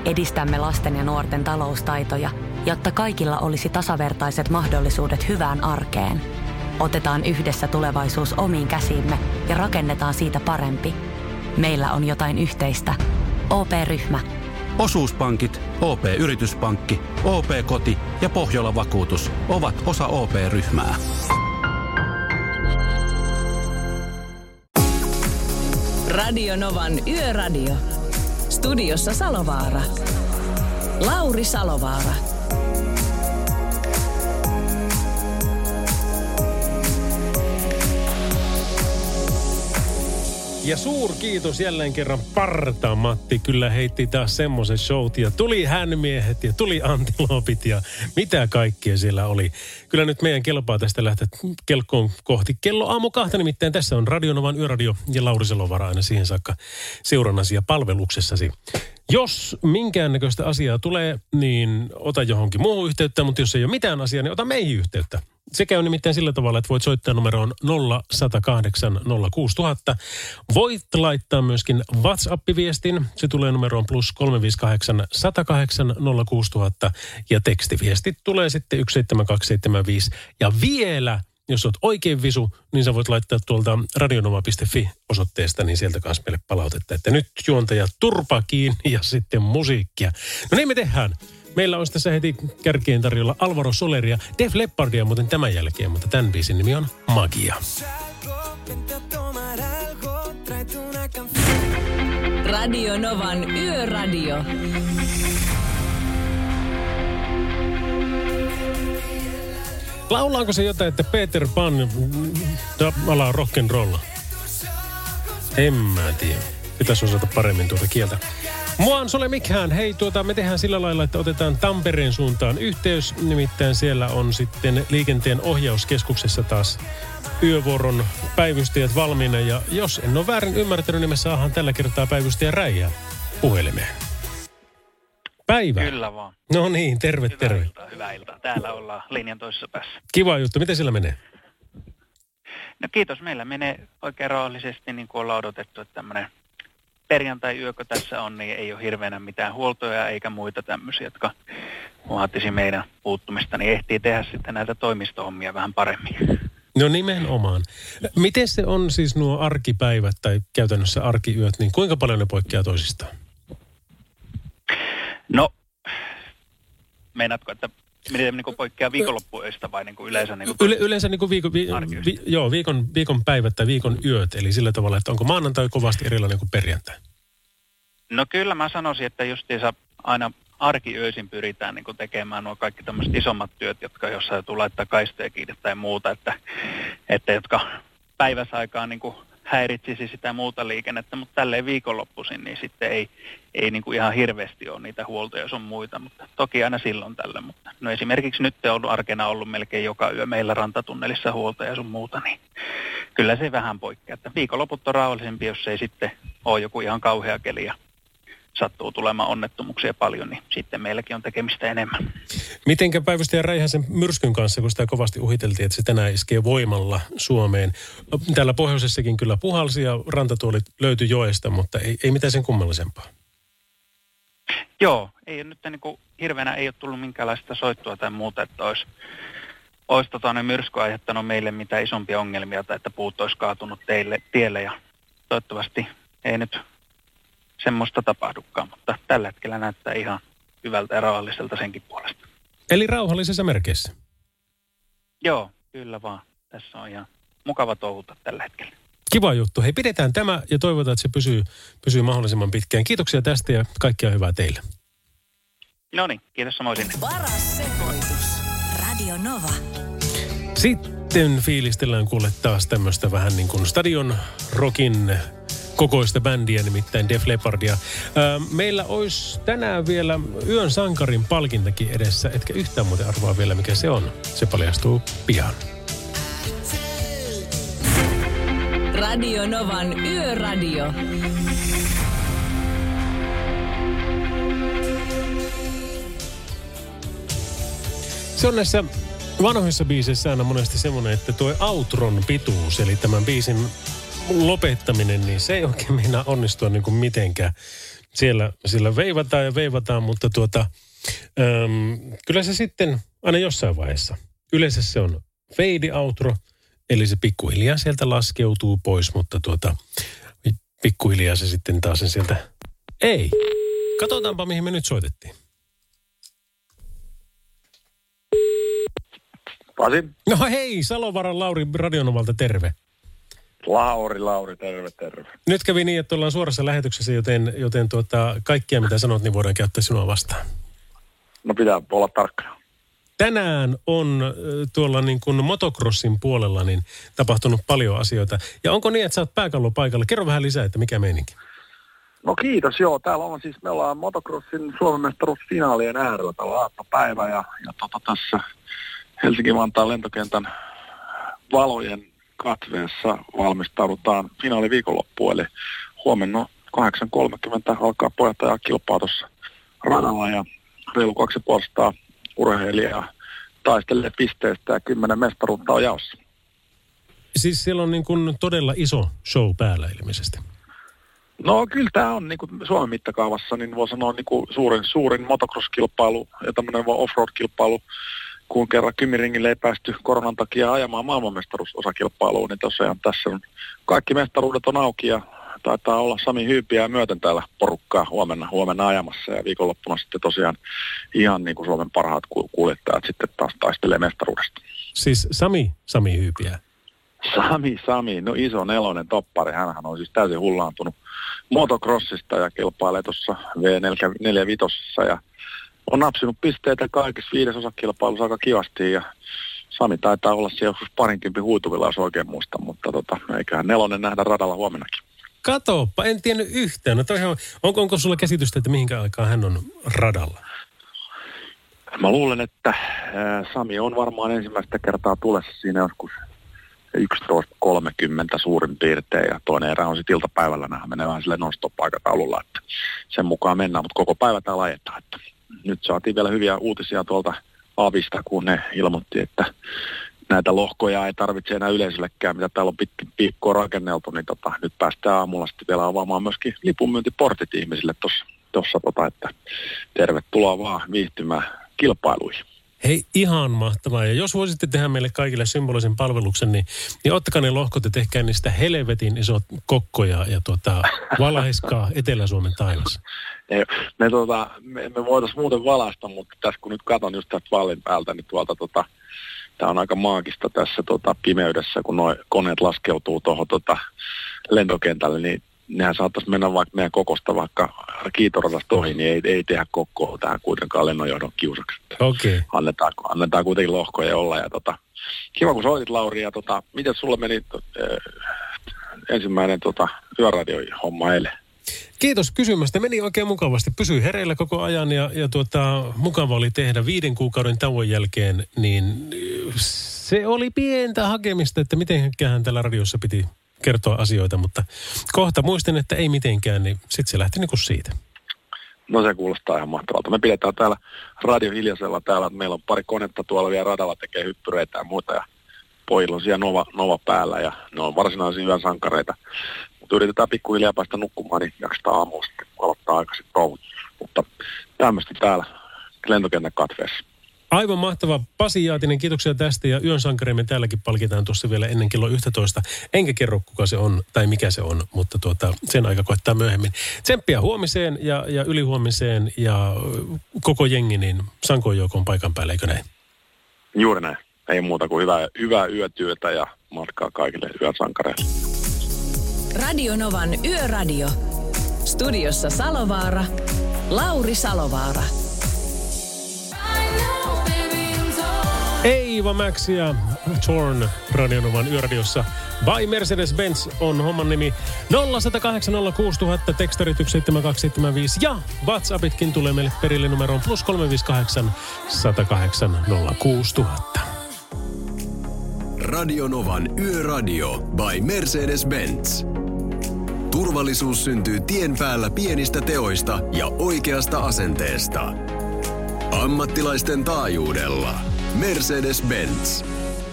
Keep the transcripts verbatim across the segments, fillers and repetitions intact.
Edistämme lasten ja nuorten taloustaitoja, jotta kaikilla olisi tasavertaiset mahdollisuudet hyvään arkeen. Otetaan yhdessä tulevaisuus omiin käsiimme ja rakennetaan siitä parempi. Meillä on jotain yhteistä. O P-ryhmä. Osuuspankit, O P-yrityspankki, O P-koti ja Pohjola-vakuutus ovat osa O P-ryhmää. Radio Novan Yöradio. Studiossa Salovaara. Lauri Salovaara. Ja suurkiitos jälleen kerran Parta-Matti. Kyllä heitti taas semmoisen showt ja tuli hänmiehet ja tuli antiloopit ja mitä kaikkea siellä oli. Kyllä nyt meidän kelpaa tästä lähteä kelkkoon kohti kello aamu kahta, nimittäin tässä on Radio Novan Yöradio ja Lauri Salovaara aina siihen saakka seurannasi ja palveluksessasi. Jos minkäännäköistä asiaa tulee, niin ota johonkin muuhun yhteyttä, mutta jos ei ole mitään asiaa, niin ota meihin yhteyttä. Se käy nimittäin sillä tavalla, että voit soittaa numeroon nolla yksi nolla kahdeksan nolla kuusi nolla nolla nolla. Voit laittaa myöskin WhatsApp-viestin. Se tulee numeroon plus kolme viisi kahdeksan, yksi nolla kahdeksan, nolla kuusi nolla nolla nolla. Ja tekstiviestit tulee sitten yksi seitsemän kaksi seitsemän viisi. Ja vielä, jos olet oikein visu, niin sä voit laittaa tuolta radionova piste fi-osoitteesta, niin sieltä kanssa meille palautetta, että nyt juontaja turpa kiinni ja sitten musiikkia. No niin me tehdään. Meillä olisi tässä heti kärkeen tarjolla Alvaro Soleria, Def Leppardia muuten tämän jälkeen, mutta tämän biisin nimi on Magia. Radio Novan Yöradio. Laulaanko se jotain, että Peter Pan alaa rock'n'rolla? En mä tiedä. Pitäisi osata paremmin tuota kieltä. Mua on Sole mikään. Hei, tuota, me tehdään sillä lailla, että otetaan Tampereen suuntaan yhteys. Nimittäin siellä on sitten liikenteen ohjauskeskuksessa taas yövuoron päivystäjät valmiina. Ja jos en ole väärin ymmärtänyt, niin me saadaan tällä kertaa päivystäjä Räijä puhelimeen. Päivä. Kyllä vaan. No niin, terve, hyvää terve. Iltaa, hyvää iltaa. Täällä ollaan linjan toisessa päässä. Kiva juttu. Miten sillä menee? No kiitos. Meillä menee oikein rauhallisesti, niin kuin ollaan odotettu, että tämmöinen perjantai-yökö tässä on, niin ei ole hirveänä mitään huoltoja eikä muita tämmöisiä, jotka vaatisi meidän puuttumista, niin ehtii tehdä sitten näitä toimistohommia vähän paremmin. No nimenomaan. Miten se on siis nuo arkipäivät tai käytännössä arkiyöt, niin kuinka paljon ne poikkeaa toisistaan? No, meinaatko, että miten niin kuin poikkeaa viikonloppuöistä vai niin kuin yleensä? Niin kuin Yle, yleensä niin kuin viikon, vi, vi, joo, viikon, viikon päivät tai viikon yöt, eli sillä tavalla, että onko maanantai kovasti erilainen kuin perjantai? No kyllä mä sanoisin, että justiinsa aina arkiyöisin pyritään niin kuin tekemään nuo kaikki tämmöiset isommat työt, jotka jossain joutuu laittaa kaistoja kiinni tai muuta, että, että jotka päiväsaikaan niin kuin häiritsisi sitä muuta liikennettä, mutta tälleen viikonloppuisin, niin sitten ei, ei niin kuin ihan hirveästi ole niitä huoltoja, jos on muita, mutta toki aina silloin tällöin. Mutta no esimerkiksi nyt on ollut arkena ollut melkein joka yö meillä rantatunnelissa huoltoja ja sun muuta, niin kyllä se vähän poikkeaa. Että viikonloput on rauhallisempi, jos ei sitten ole joku ihan kauhea keli ja sattuu tulemaan onnettomuuksia paljon, niin sitten meilläkin on tekemistä enemmän. Mitenkä päivystäjä Räihäsen myrskyn kanssa, kun sitä kovasti uhiteltiin, että se tänään iskee voimalla Suomeen. Täällä pohjoisessakin kyllä puhalsi ja rantatuolit löytyi joesta, mutta ei, ei mitään sen kummallisempaa. Joo, ei nyt niin kuin hirveänä ei ole tullut minkäänlaista soittua tai muuta, että olisi, olisi tota, ne myrsky aiheuttanut meille mitään isompia ongelmia tai että puut olisi kaatunut teille, tielle ja toivottavasti ei nyt semmoista tapahdukaan, mutta tällä hetkellä näyttää ihan hyvältä ja rauhalliselta senkin puolesta. Eli rauhallisessa merkeissä? Joo, kyllä vaan. Tässä on ihan mukava touhuta tällä hetkellä. Kiva juttu. Hei, pidetään tämä ja toivotaan, että se pysyy, pysyy mahdollisimman pitkään. Kiitoksia tästä ja kaikkea hyvää teille. No niin, kiitos samoin sinne. Paras sekoitus. Radio Nova. Sitten fiilistellään kuule taas tämmöistä vähän niin kuin stadion rockin kokoista bändiä, nimittäin Def Leppardia. Ää, meillä olisi tänään vielä Yön sankarin palkintakin edessä, etkä yhtään muuten arvaa vielä mikä se on. Se paljastuu pian. Radio Novan Yöradio. Se on näissä vanhoissa biiseissä aina monesti semmoinen, että tuo outron pituus, eli tämän biisin lopettaminen, niin se ei oikein meinaa onnistua niin kuin mitenkään. siellä, siellä veivataan ja veivataan, mutta tuota, äm, kyllä se sitten aina jossain vaiheessa. Yleensä se on fade outro, eli se pikkuhiljaa sieltä laskeutuu pois, mutta tuota, pikkuhiljaa se sitten taas sen sieltä, ei. Katsotaanpa, mihin me nyt soitettiin. Pasi. No hei, Salovaaran Lauri Radionovalta, terve. Lauri, Lauri, terve, terve. Nyt kävi niin, että ollaan suorassa lähetyksessä, joten, joten tuota, kaikkia mitä sanot, niin voidaan käyttää sinua vastaan. No pitää olla tarkkana. Tänään on tuolla niin kuin motocrossin puolella niin tapahtunut paljon asioita. Ja onko niin, että sä oot pääkallon paikalla? Kerro vähän lisää, että mikä meininki. No kiitos, joo. Täällä on siis, me ollaan motocrossin Suomen mestaruusfinaalien äärellä tällä aattopäivä ja, ja tota, tässä Helsinki-Vantaan lentokentän valojen katveessa valmistaudutaan finaaliviikonloppuun. Eli huomenna kahdeksan kolmekymmentä alkaa pojat ajaa kilpaa tuossa radalla ja reilu kaksituhatta urheilijaa taistelee pisteestä ja kymmenen mestaruutta on jaossa. Siis siellä on niin kuin todella iso show päällä ilmeisesti. No kyllä tämä on niin kuin Suomen mittakaavassa, niin voi sanoa niin kuin suurin, suurin motocross-kilpailu ja tämmöinen offroad-kilpailu, kun kerran Kymiringille ei päästy koronan takia ajamaan maailmanmestaruusosakilpailuun, niin tosiaan tässä on kaikki mestaruudet on auki ja taitaa olla Sami Hyypiä myöten täällä porukkaa huomenna, huomenna ajamassa ja viikonloppuna sitten tosiaan ihan niin kuin Suomen parhaat kuljettajat sitten taas taistelee mestaruudesta. Siis Sami, Sami Hyypiä? Sami, Sami, no iso nelonen toppari, hänhän on siis täysin hullaantunut motocrossista ja kilpailee tuossa V neljäkymmentäviisi ja on napsinut pisteitä kaikissa viidesosakilpailussa aika kivasti ja Sami taitaa olla siellä joskus parinkympin huutuvilla, jos oikein muista, mutta tota, eiköhän nelonen nähdä radalla huomennakin. Katoppa, en tiennyt yhtään. No toihan, onko, onko sulla käsitystä, että mihinkä aikaan hän on radalla? Mä luulen, että Sami on varmaan ensimmäistä kertaa tulessa siinä joskus yksitoista kolmekymmentä suurin piirtein ja toinen erä on sitten iltapäivällä, nämä menee vähän sille non-stop-aikataululla, että sen mukaan mennään, mutta koko päivä täällä ajetaan. Että nyt saatiin vielä hyviä uutisia tuolta Avista, kun ne ilmoitti, että näitä lohkoja ei tarvitse enää yleisöllekään, mitä täällä on pitkin piikkoa rakenneltu, niin tota, nyt päästään aamulla sitten vielä avaamaan myöskin lipunmyyntiportit ihmisille tuossa, tossa, tota, että tervetuloa vaan viihtymään kilpailuihin. Hei, ihan mahtavaa. Ja jos voisitte tehdä meille kaikille symbolisen palveluksen, niin, niin ottakaa ne lohkot ja tehkää niistä helvetin isot kokkoja ja tuota, valaiskaa Etelä-Suomen taivas. Me, tota, me, me voitaisiin muuten valaista, mutta tässä kun nyt katson just tästä vallin päältä, niin tuolta tota, tämä on aika maagista tässä tota, pimeydessä, kun nuo koneet laskeutuu tuohon tota, lentokentälle, niin nehän saattaisi mennä vaikka meidän kokosta vaikka kiitoradasta ohi, niin ei, ei tehdä kokkoa tähän kuitenkaan lennonjohdon kiusaksi. Okei. Okay. Annetaan, annetaan kuitenkin lohkoja olla. Ja tota, kiva kun soitit, Lauri, ja tota, miten sulla meni äh, ensimmäinen tota, yöradio-homma eilen? Kiitos kysymästä. Meni oikein mukavasti. Pysyi hereillä koko ajan ja, ja tuota, mukava oli tehdä viiden kuukauden tauon jälkeen, niin se oli pientä hakemista, että mitenköhän tällä radiossa piti kertoa asioita, mutta kohta muistin, että ei mitenkään, niin sitten se lähti niin kuin siitä. No se kuulostaa ihan mahtavalta. Me pidetään täällä Radio Hiljaisella täällä, että meillä on pari konetta tuolla vielä radalla tekee hyppyreitä ja muuta ja pojilla on siellä Nova, Nova päällä ja ne on varsinaisia yön sankareita. Mutta yritetään pikkuhiljaa päästä nukkumaan, niin jaksetaan aamulla sitten aloittaa aikaisin touhut. Mutta tämmöistä täällä lentokentän katveessa. Aivan mahtava. Pasi Jaatinen, kiitoksia tästä ja yön sankarimme täälläkin palkitaan tuossa vielä ennen kello yksitoista. Enkä kerro, kuka se on tai mikä se on, mutta tuota, sen aika koittaa myöhemmin. Tsemppiä huomiseen ja, ja ylihuomiseen ja koko jengi, niin sankoon joukon paikan päälle, eikö näin? Juuri näin. Ei muuta kuin hyvää, hyvää yötyötä ja matkaa kaikille yön sankareille. Radio Novan Yöradio. Studiossa Salovaara, Lauri Salovaara. Eeva Max ja Torn Radionovan Yöradiossa. By Mercedes-Benz on homman nimi. nolla yksi nolla kahdeksan nolla kuusi nolla nolla nolla, tekstarit yksi seitsemän kaksi seitsemän viisi ja WhatsAppitkin tulee meille perille numeroon plus kolme viisi kahdeksan, yksi nolla kahdeksan, nolla kuusi nolla nolla nolla. Radionovan Yöradio by Mercedes-Benz. Turvallisuus syntyy tien päällä pienistä teoista ja oikeasta asenteesta. Ammattilaisten taajuudella. Mercedes-Benz.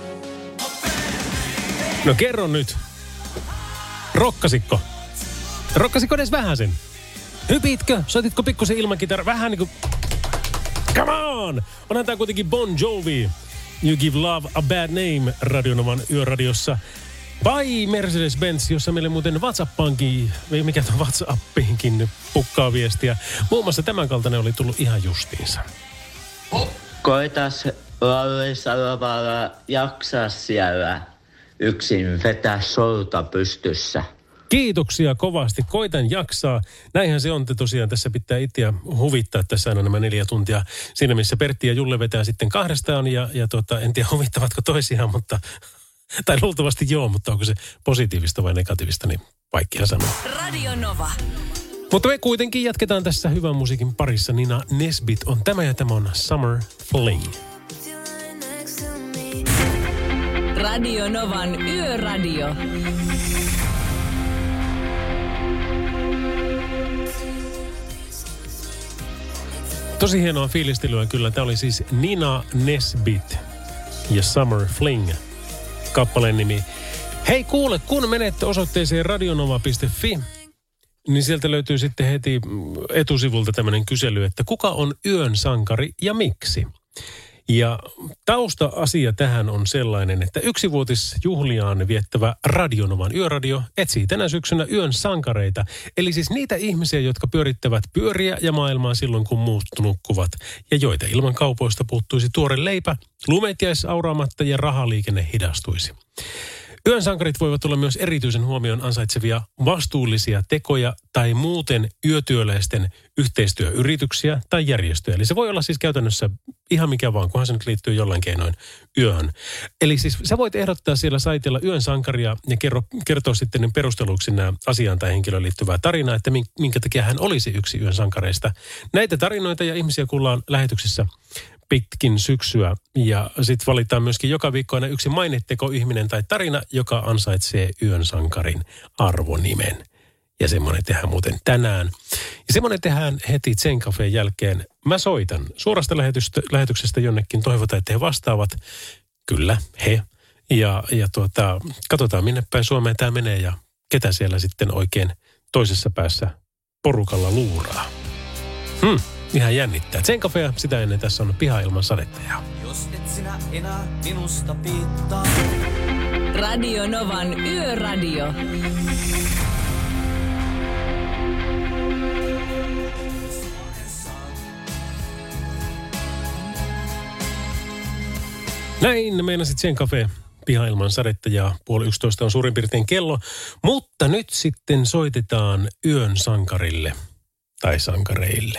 No kerro nyt. Rokkasitko? Rokkasitko edes vähän sen? Hypitkö? Soititko pikkusen ilmakitara? Vähän niin kuin... Come on! Onhan tää kuitenkin Bon Jovi. You Give Love a Bad Name Radionovan yöradiossa. By Mercedes-Benz, jossa meille muuten WhatsAppaankin, mikä on WhatsAppiinkin pukkaa viestiä. Muun muassa tämän kaltainen oli tullut ihan justiinsa. Koitas Lauri Salovaara jaksaa siellä yksin vetää solta pystyssä. Kiitoksia kovasti. Koitan jaksaa. Näinhän se on, että tosiaan tässä pitää itseä huvittaa tässä aina nämä neljä tuntia. Siinä missä Pertti ja Julle vetää sitten kahdestaan ja, ja tota, en tiedä huvittavatko toisiaan, mutta... Tai luultavasti joo, mutta onko se positiivista vai negatiivista, niin vaikea sanoa. Radio Nova. Mutta me kuitenkin jatketaan tässä hyvän musiikin parissa. Nina Nesbitt on tämä ja tämä on Summer Fling. Radio Novan Yöradio. Tosi hienoa fiilistelyä kyllä. Tämä oli siis Nina Nesbitt ja Summer Fling. Kappaleen nimi. Hei kuule, kun menette osoitteeseen radionova piste fi, niin sieltä löytyy sitten heti etusivulta tämmöinen kysely, että kuka on yön sankari ja miksi? Ja tausta-asia tähän on sellainen, että yksivuotisjuhliaan viettävä Radionovan yöradio etsii tänä syksynä yön sankareita. Eli siis niitä ihmisiä, jotka pyörittävät pyöriä ja maailmaa silloin, kun muut nukkuvat. Ja joita ilman kaupoista puuttuisi tuore leipä, lumet jäisi auraamatta ja rahaliikenne hidastuisi. Yön sankarit voivat olla myös erityisen huomion ansaitsevia vastuullisia tekoja tai muuten yötyöläisten yhteistyöyrityksiä tai järjestöjä. Eli se voi olla siis käytännössä ihan mikä vaan, kunhan se nyt liittyy jollain keinoin yöhön. Eli siis sä voit ehdottaa siellä saitilla yön sankaria ja kerro, kertoa sitten perusteluksi nämä asiaan tai henkilöön liittyvää tarinaa, että minkä takia hän olisi yksi yön sankareista. Näitä tarinoita ja ihmisiä kuullaan lähetyksessä pitkin syksyä ja sitten valitaan myöskin joka viikko aina yksi mainettekoihminen tai tarina, joka ansaitsee yön sankarin arvonimen. Ja semmoinen tehdään muuten tänään. Ja semmoinen tehdään heti Zen Cafeen jälkeen. Mä soitan suorasta lähetyksestä jonnekin, toivotaan, että he vastaavat. Kyllä, he. Ja, ja tuota, katsotaan minne päin Suomeen tämä menee ja ketä siellä sitten oikein toisessa päässä porukalla luuraa. Hmm. Ihan jännittää. Zen Cafea, sitä ennen tässä on Piha ilman sadetta. Jos et sinä enää minusta piittaa. Radio Novan Yöradio. Näin meinasit Zen Cafe, Piha ilman sadetta ja puoli yksitoista on suurin piirtein kello. Mutta nyt sitten soitetaan yön sankarille tai sankareille.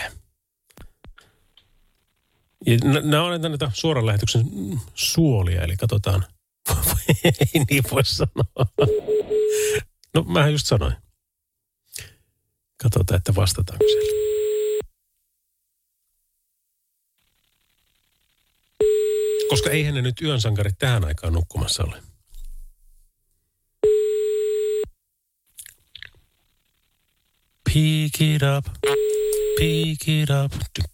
Ja nämä on näitä suoran lähetyksen suolia, eli katsotaan. Ei niin voi sanoa. No mähän just sanoin. Katsotaan, että vastataanko siellä. Koska eihän ne nyt yön sankarit tähän aikaan nukkumassa ole. Pick it up. Pick it up.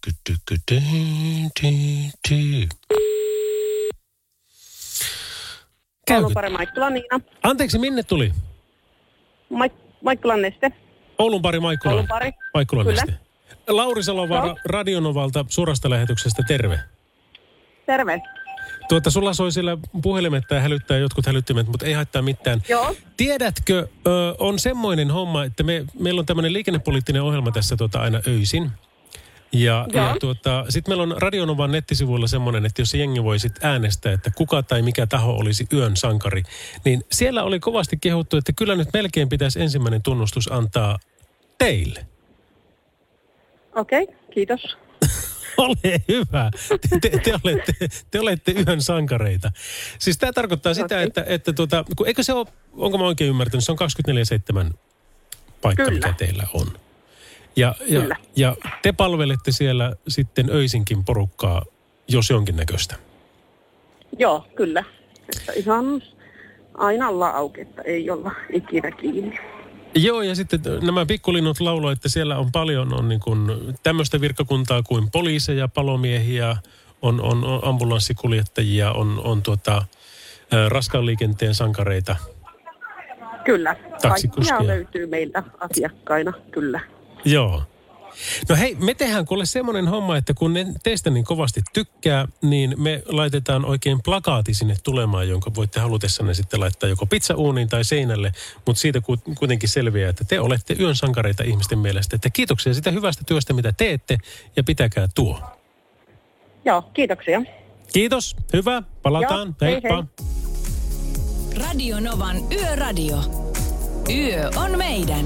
Oulunpari Maikkula Niina. Anteeksi, minne tuli? Maik- Maikkulan Neste. Oulunpari Maikkula. Oulunpari. Maikkulan Kyllä. Neste. Lauri Salovaara no. Radionovalta suorasta lähetyksestä, terve. Terve. Tuota, sulla soi siellä puhelimet tai hälyttää jotkut hälyttimet, mutta ei haittaa mitään. Joo. Tiedätkö, ö, on semmoinen homma, että me, meillä on tämmöinen liikennepoliittinen ohjelma tässä tuota, aina öisin. Ja, ja tuota, sitten meillä on Radionovan nettisivuilla semmoinen, että jos jengi voi sit äänestää, että kuka tai mikä taho olisi yön sankari, niin siellä oli kovasti kehuttu, että kyllä nyt melkein pitäisi ensimmäinen tunnustus antaa teille. Okei, okay, kiitos. Ole hyvä. Te, te, te, olette, te olette yön sankareita. Siis tämä tarkoittaa sitä, okay. että, että tuota, kun, eikö se ole, onko mä oikein ymmärtänyt, se on kaksikymmentäneljä seitsemän paikka, kyllä. mikä teillä on. Ja, ja, ja te palvelette siellä sitten öisinkin porukkaa, jos jonkinnäköistä. Joo, kyllä. Että ihan aina ollaan auki, että ei olla ikinä kiinni. Joo, ja sitten nämä pikkulinnut lauloo, että siellä on paljon on niin kuin tämmöistä virkakuntaa kuin poliiseja, palomiehiä, on, on, on ambulanssikuljettajia, on, on tuota, raskaan liikenteen sankareita. Kyllä, taksikuskia. Kaikkia löytyy meiltä asiakkaina, kyllä. Joo, No hei, me tehdään kuule semmoinen homma, että kun ne teistä niin kovasti tykkää, niin me laitetaan oikein plakaati sinne tulemaan, jonka voitte halutessanne sitten laittaa joko pizzauuniin tai seinälle, mutta siitä kuitenkin selviää, että te olette yön sankareita ihmisten mielestä. Että kiitoksia sitä hyvästä työstä, mitä teette, ja pitäkää tuo. Joo, kiitoksia. Kiitos, hyvä, palataan, Joo, hei, heippa. Hei. Radio Novan Yöradio. Yö on meidän.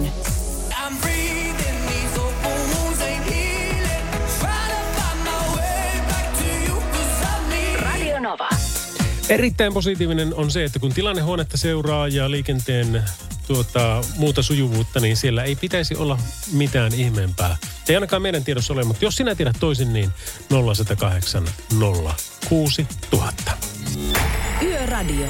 Radio Nova. Erittäin positiivinen on se, että kun tilannehuonetta seuraa ja liikenteen tuota, muuta sujuvuutta, niin siellä ei pitäisi olla mitään ihmeempää. Ei ainakaan meidän tiedossa ole, mutta jos sinä tiedät toisin, niin nolla yksi nolla kahdeksan nolla kuusi nolla nolla nolla. Yöradio.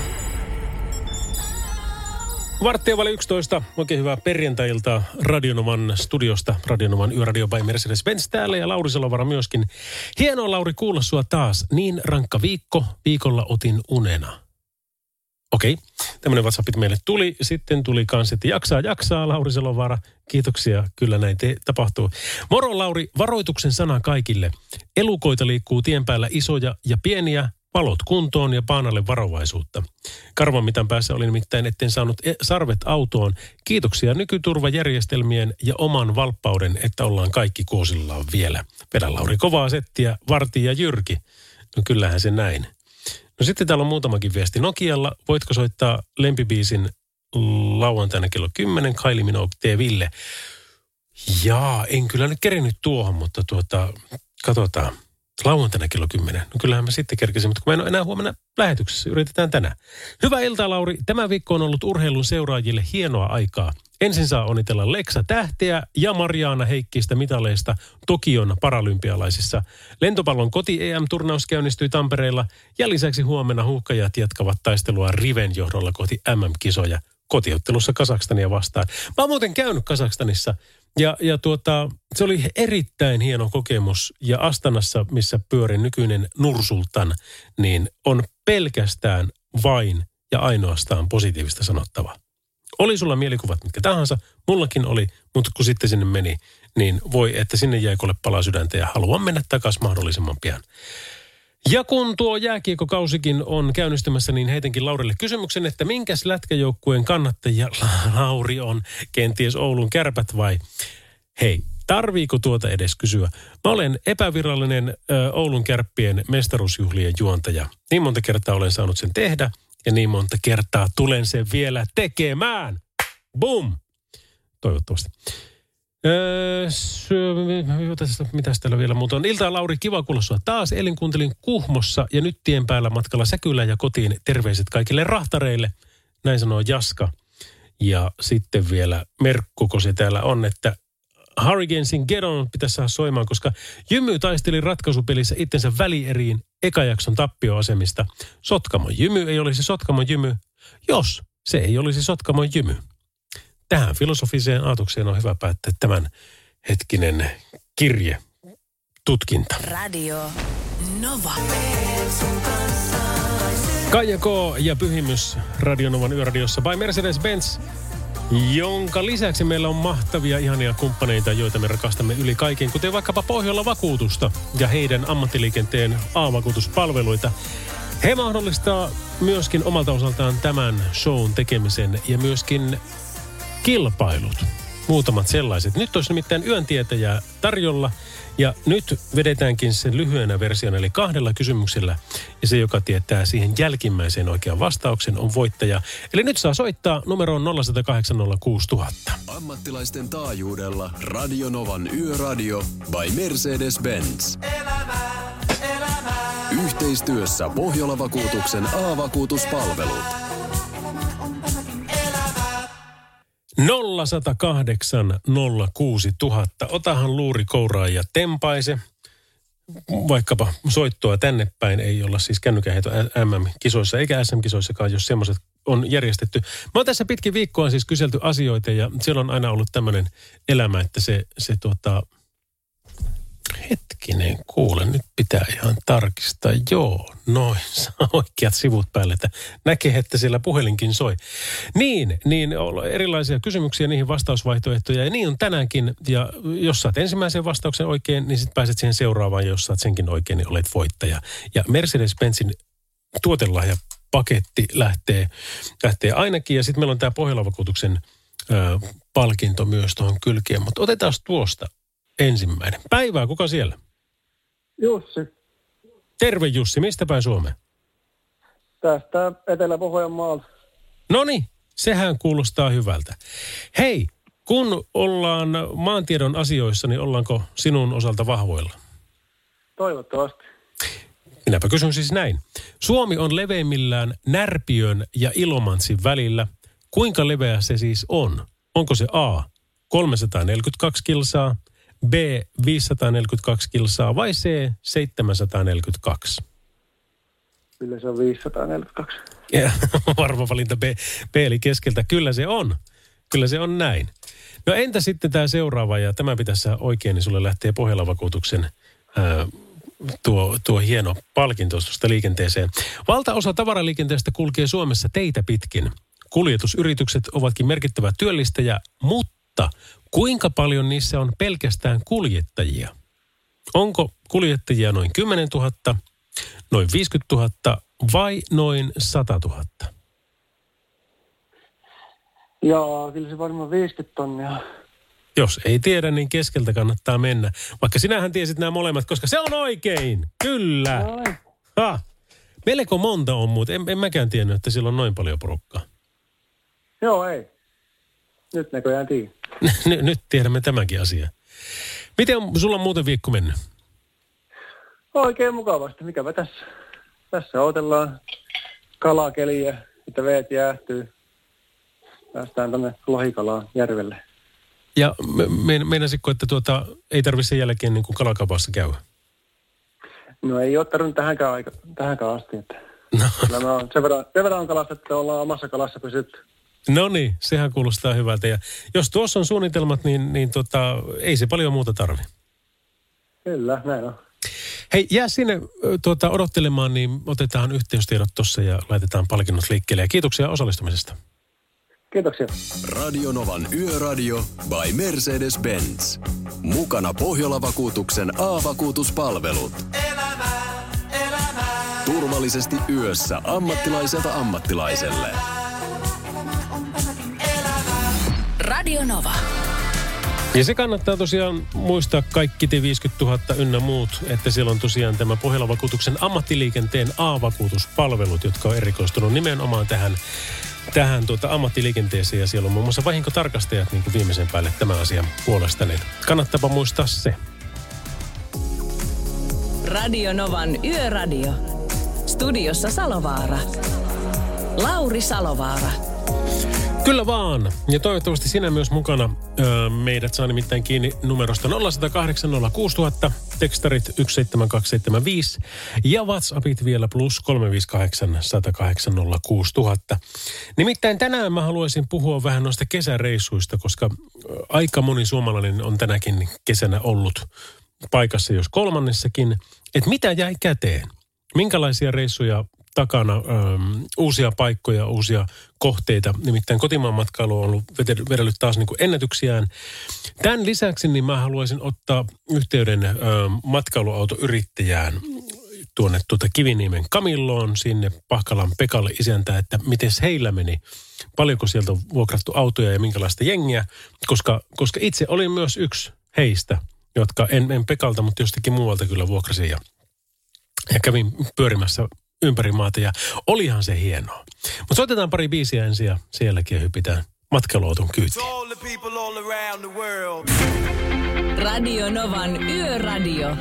Varttia vali yksitoista. Oikein hyvää perjantai-iltaa Radionovan studiosta. Radionovan Yöradio by Mercedes-Benz täällä ja Lauri Salovara myöskin. Hienoa, Lauri, kuulla sua taas. Niin rankka viikko. Viikolla otin unena. Okei, tämmöinen WhatsAppit meille tuli. Sitten tuli kans, että jaksaa, jaksaa, Lauri Salovara. Kiitoksia, kyllä näin te- tapahtuu. Moro, Lauri, varoituksen sana kaikille. Elukoita liikkuu tien päällä isoja ja pieniä. Valot kuntoon ja paanalle varovaisuutta. Karvan mitan päässä oli nimittäin, etten saanut sarvet autoon. Kiitoksia nykyturvajärjestelmien ja oman valppauden, että ollaan kaikki kuosillaan vielä. Vedä, Lauri, kovaa settiä, Varti ja Jyrki. No kyllähän se näin. No sitten täällä on muutamakin viesti Nokialla. Voitko soittaa lempibiisin lauantaina kello kymmenen, Kylie Minogue, tee Ville. Jaa, en kyllä nyt kerinyt tuohon, mutta tuota, katsotaan. Lauantaina kello kymmenen. No kyllähän mä sitten kerkesin, mutta kun mä en ole enää huomenna lähetyksessä, yritetään tänään. Hyvää iltaa, Lauri. Tämä viikko on ollut urheilun seuraajille hienoa aikaa. Ensin saa onnitella Leksa Tähteä ja Mariaana Heikkistä mitaleista Tokion paralympialaisissa. Lentopallon koti-E M-turnaus käynnistyi Tampereella ja lisäksi huomenna huuhkajat jatkavat taistelua Riven johdolla kohti M M-kisoja kotiottelussa Kazakstania vastaan. Mä oon muuten käynyt Kazakstanissa. Ja, ja tuota, se oli erittäin hieno kokemus. Ja Astanassa, missä pyörin nykyinen Nursultan, niin on pelkästään vain ja ainoastaan positiivista sanottavaa. Oli sulla mielikuvat mitkä tahansa, mullakin oli, mutta kun sitten sinne meni, niin voi, että sinne jäi kuule palaa sydäntä ja haluan mennä takaisin mahdollisimman pian. Ja kun tuo jääkiekkokausikin on käynnistymässä, niin heitänkin Laurille kysymyksen, että minkäs lätkäjoukkueen kannattajia Lauri on, kenties Oulun Kärpät vai? Hei, tarviiko tuota edes kysyä? Mä olen epävirallinen ö, Oulun Kärppien mestaruusjuhlien juontaja. Niin monta kertaa olen saanut sen tehdä ja niin monta kertaa tulen sen vielä tekemään. Boom! Toivottavasti. Öö, mitäs täällä vielä muuta on? Iltaa, Lauri, kiva kuulla sua taas. Eilen kuuntelin Kuhmossa ja nyt tien päällä matkalla Säkylään ja kotiin. Terveiset kaikille rahtareille. Näin sanoo Jaska. Ja sitten vielä Merkku, kun se täällä on, että Hurricanesin Get On pitäisi saada soimaan, koska Jymy taisteli ratkaisupelissä itsensä välieriin ekajakson tappioasemista. Sotkamon Jymy ei olisi Sotkamon Jymy, jos se ei olisi Sotkamon Jymy. Tähän filosofiseen aatukseen on hyvä päättää tämän hetkinen kirje, tutkinta. Radio Nova. Kaija K. ja Pyhimys Radionovan Yöradiossa by Mercedes-Benz, jonka lisäksi meillä on mahtavia, ihania kumppaneita, joita me rakastamme yli kaiken, kuten vaikkapa Pohjola Vakuutusta ja heidän ammattiliikenteen A-vakuutuspalveluita. He mahdollistaa myöskin omalta osaltaan tämän shown tekemisen ja myöskin kilpailut. Muutamat sellaiset. Nyt olisi nimittäin yöntietäjää tarjolla ja nyt vedetäänkin sen lyhyenä version eli kahdella kysymyksellä. Ja se, joka tietää siihen jälkimmäiseen oikean vastauksen, on voittaja. Eli nyt saa soittaa numeroon nolla yksi nolla kahdeksan nolla kuusi nolla nolla nolla. Ammattilaisten taajuudella Radionovan Yöradio by Mercedes-Benz. Elämää, elämää. Yhteistyössä Pohjola Vakuutuksen A-vakuutuspalvelut. nolla yksi nolla kahdeksan nolla kuusi nolla nolla nolla. Otahan luuri kouraa ja tempaise. Vaikkapa soittoa tänne päin ei olla siis kännykänheito M M-kisoissa eikä S M-kisoissakaan, jos semmoiset on järjestetty. Mä oon tässä pitkin viikkoa siis kyselty asioita ja siellä on aina ollut tämmöinen elämä, että se, se tuota, hetkinen, kuule, nyt pitää ihan tarkistaa. Joo, noin, saa oikeat sivut päälle, että näkee, että siellä puhelinkin soi. Niin, niin on erilaisia kysymyksiä, niihin vastausvaihtoehtoja, ja niin on tänäänkin. Ja jos saat ensimmäisen vastauksen oikein, niin sitten pääset siihen seuraavaan, ja jos saat senkin oikein, niin olet voittaja. Ja Mercedes-Benzin tuotelahjapaketti lähtee, lähtee ainakin, ja sitten meillä on tämä Pohjola-vakuutuksen ö, palkinto myös tuohon kylkeen, mutta otetaan tuosta ensimmäinen. Päivää, kuka siellä? Jussi. Terve Jussi, mistä päin Suomeen? Tästä Etelä-Pohjanmaalta. Noniin, sehän kuulostaa hyvältä. Hei, kun ollaan maantiedon asioissa, niin ollaanko sinun osalta vahvoilla? Toivottavasti. Minäpä kysyn siis näin. Suomi on leveimmillään Närpiön ja Ilomantsin välillä. Kuinka leveä se siis on? Onko se A, kolmesataaneljäkymmentäkaksi kilsaa, B, viisisataaneljäkymmentäkaksi kilsaa vai C, seitsemänsataaneljäkymmentäkaksi? Kyllä se on viisisataaneljäkymmentäkaksi. Ja, varma valinta B, B eli keskeltä. Kyllä se on. Kyllä se on näin. No entä sitten tämä seuraava, ja tämä pitäisi oikein, niin sulle lähtee Pohjola-vakuutuksen ää, tuo, tuo hieno palkinto tuosta liikenteeseen. Valtaosa tavaraliikenteestä kulkee Suomessa teitä pitkin. Kuljetusyritykset ovatkin merkittävä työllistäjä, mutta kuinka paljon niissä on pelkästään kuljettajia? Onko kuljettajia noin kymmenen tuhatta, noin viisikymmentätuhatta vai noin sata tuhatta? Joo, kyllä se varmaan viisikymmentä tonnia. Jos ei tiedä, niin keskeltä kannattaa mennä. Vaikka sinähän tiesit nämä molemmat, koska se on oikein. Kyllä. Ha. Melko monta on muuten. En, en mäkään tiennyt, että sillä on noin paljon porukkaa. Joo, ei. Nyt näköjään tiedä. N- nyt tiedämme tämänkin asian. Miten on, sulla on muuten viikko mennyt? Oikein mukavasti. Mikäpä tässä? Tässä odotellaan kalakeliä, että veet jäähtyy. Päästään tuonne Lohikalaan järvelle. Ja me, meinasitko, että tuota, ei tarvitse sen jälkeen niin kuin kalakaupassa käydä? No ei ole tarvinnut tähänkään, aika, tähänkään asti. Että no. Kyllä me on sen verran, sen verran kalasta, että ollaan omassa kalassa pysytty. No niin, sehän kuulostaa hyvältä. Ja jos tuossa on suunnitelmat, niin, niin tota, ei se paljon muuta tarvi. Kyllä, näin on. Hei, jää sinne tuota, odottelemaan, niin otetaan yhteystiedot tuossa ja laitetaan palkinnot liikkeelle. Ja kiitoksia osallistumisesta. Kiitoksia. Radio Novan Yöradio by Mercedes-Benz. Mukana Pohjola-vakuutuksen A-vakuutuspalvelut. Elämää, elämää. Turvallisesti yössä ammattilaiselta ammattilaiselle. Radio Nova. Ja se kannattaa tosiaan muistaa kaikki te viisikymmentätuhatta ynnä muut, että siellä on tosiaan tämä Pohjola-vakuutuksen ammattiliikenteen A-vakuutuspalvelut, jotka on erikoistunut nimenomaan tähän, tähän tuota ammattiliikenteeseen. Ja siellä on muun muassa vahinkotarkastajat niin kuin viimeisen päälle tämän asian puolesta, niin kannattaapa muistaa se. Radio Novan Yöradio. Studiossa Salovaara. Lauri Salovaara. Kyllä vaan. Ja toivottavasti sinä myös mukana. Öö, meidät saa nimittäin kiinni numerosta nolla yksi nolla kahdeksan nolla kuusi nolla nolla nolla, tekstarit yksi seitsemän kaksi seitsemän viisi ja WhatsAppit vielä plus kolme viisi kahdeksan yksi nolla kahdeksan nolla kuusi nolla nolla nolla. Nimittäin tänään mä haluaisin puhua vähän noista kesäreissuista, koska aika moni suomalainen on tänäkin kesänä ollut paikassa, jos kolmannessakin. Että mitä jäi käteen? Minkälaisia reissuja takana, ähm, uusia paikkoja, uusia kohteita. Nimittäin kotimaan matkailu on ollut vedellyt taas niin kuin ennätyksiään. Tämän lisäksi niin mä haluaisin ottaa yhteyden ähm, matkailuautoyrittäjään tuonne tuota Kiviniemen Kamilloon, sinne Pahkalan Pekalle isäntää, että miten heillä meni. Paljonko sieltä on vuokrattu autoja ja minkälaista jengiä, koska, koska itse olin myös yksi heistä, jotka en, en Pekalta, mutta jostakin muualta kyllä vuokrasin ja, ja kävin pyörimässä ympäri maata ja olihan se hienoa. Mutta soitetaan pari biisiä ensin ja sen jälkeen hypitään matkailuauton kyytiin. Radio Novan Yöradio.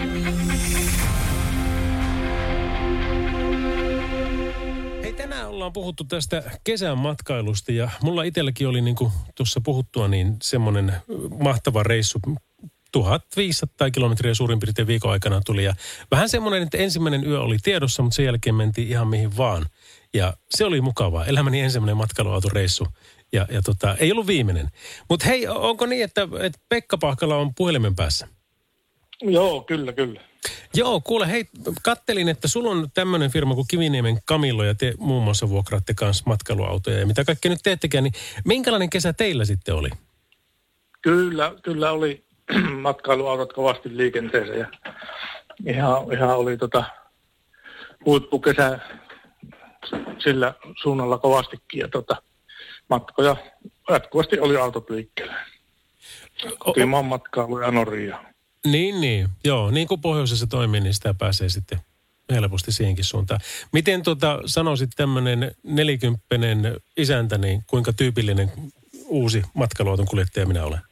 Hei, tänään ollaan puhuttu tästä kesän matkailusta ja mulla itselläkin oli niin kuin tuossa puhuttua niin semmoinen mahtava reissu. tuhatviisisataa kilometriä suurin piirtein viikon aikana tuli ja vähän semmoinen, että ensimmäinen yö oli tiedossa, mutta sen jälkeen mentiin ihan mihin vaan. Ja se oli mukavaa. Elämäni ensimmäinen matkailuautoreissu ja, ja tota, ei ollut viimeinen. Mutta hei, onko niin, että, että Pekka Pahkala on puhelimen päässä? Joo, kyllä, kyllä. Joo, kuule, hei, kattelin, että sulla on tämmöinen firma kuin Kiviniemen Camillo ja te muun muassa vuokraatte kanssa matkailuautoja ja mitä kaikkea nyt teettekään, niin minkälainen kesä teillä sitten oli? Kyllä, kyllä oli matkailuautot kovasti liikenteeseen ja ihan, ihan oli tota huippukesä sillä suunnalla kovastikin ja tota matkoja jatkuvasti oli autot liikkeellä. Kotimaan matkailu ja Norjaa. Niin, niin. Joo, niin kuin pohjoisessa toimii, niin sitä pääsee sitten helposti siihenkin suuntaan. Miten tuota, sanoisit tämmöinen nelikymppinen isäntä, niin kuinka tyypillinen uusi matkailuauton kuljettaja minä olen?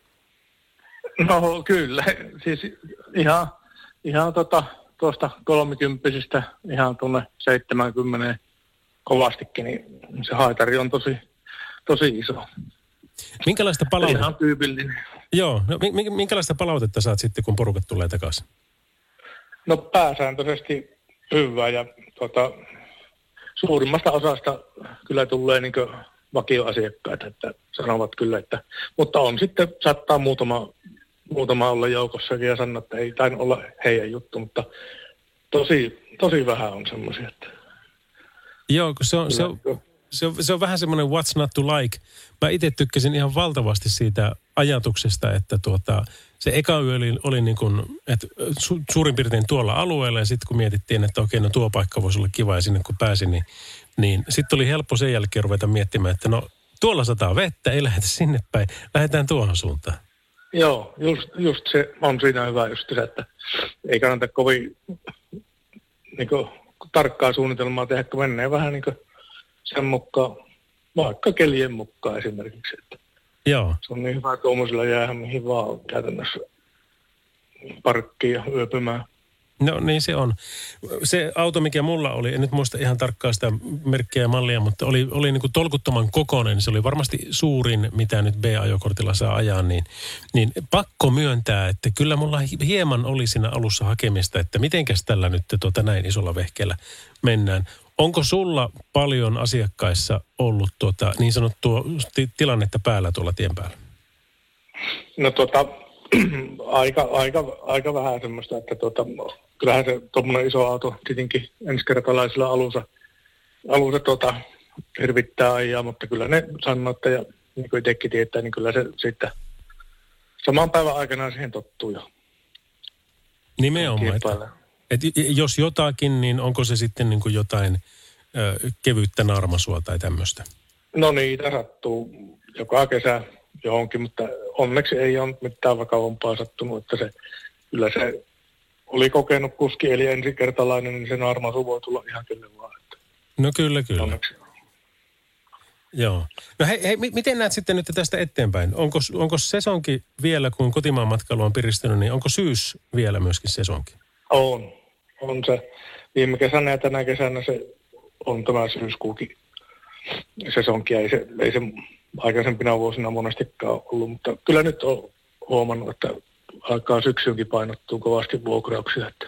No kyllä, siis ihan, ihan tota, tuosta kolmikymppisistä ihan tuonne seitsemänkymmeneen kovastikin, niin se haitari on tosi, tosi iso. Minkälaista palautetta? Ihan tyypillinen. Joo, no minkälaista palautetta saat sitten, kun porukat tulee takaisin? No pääsääntöisesti hyvä ja tota, suurimmasta osasta kyllä tulee niin vakioasiakkaita, että sanovat kyllä, että, mutta on sitten, saattaa muutama, muutama olla joukossakin ja sanoa, että ei tain olla heidän juttu, mutta tosi, tosi vähän on semmoisia, että... Joo, se on, se on, se on, se on vähän semmoinen what's not to like. Mä itse tykkäsin ihan valtavasti siitä ajatuksesta, että tuota, se eka yö oli, oli niin kuin, että su, suurin piirtein tuolla alueella ja sitten kun mietittiin, että okei, no tuo paikka voisi olla kiva ja sinne kun pääsin, niin, niin sitten oli helppo sen jälkeen ruveta miettimään, että no tuolla sataa vettä, ei lähdetä sinne päin, lähdetään tuohon suuntaan. Joo, just, just se on siinä hyvä just se, että ei kannata kovin niin kuin, tarkkaa suunnitelmaa tehdä, kun menee vähän niin kuin sen mukaan, vaikka kelien mukaan esimerkiksi. Että joo. Se on niin hyvä tuommoisilla jäädä mihin vaan käytännössä parkkiin ja yöpymään. No niin se on. Se auto, mikä mulla oli, en nyt muista ihan tarkkaan sitä merkkiä ja mallia, mutta oli, oli niin kuin tolkuttoman kokoinen. Se oli varmasti suurin, mitä nyt B-ajokortilla saa ajaa, niin, niin pakko myöntää, että kyllä mulla hieman oli siinä alussa hakemista, että mitenkäs tällä nyt tuota näin isolla vehkeellä mennään. Onko sulla paljon asiakkaissa ollut tuota, niin sanottua t- tilannetta päällä tuolla tien päällä? No tota, aika, aika, aika vähän semmoista, että tuota, kyllähän se tuommoinen iso auto tietenkin ensikertalaisilla alussa, alussa tuota, hirvittää ajaa, mutta kyllä ne sanoo, että ja niin kuin itsekin tietää, niin kyllä se sitten saman päivän aikana siihen tottuu jo. Nimenomaan, että, että jos jotakin, niin onko se sitten niin kuin jotain ö, kevyttä narmasua tai tämmöistä? No niitä sattuu joka kesä johonkin, mutta onneksi ei ole mitään vakavampaa sattunut, että se, kyllä se oli kokenut kuski, eli ensikertalainen, niin se narmasu voi tulla ihan kyllä vaan. Että no kyllä, kyllä. Onneksi. Joo. No hei, hei, miten näet sitten nyt tästä eteenpäin? Onko, onko sesonki vielä, kun kotimaan matkailu on piristynyt, niin onko syys vielä myöskin sesonki? On. On se. Viime kesänä ja tänä kesänä se on tämä syyskuukin sesonki. Ei se, ei se aikaisempina vuosina monestikaan ollut, mutta kyllä nyt on huomannut, että alkaa syksyynkin painottuu kovasti vuokrauksia, että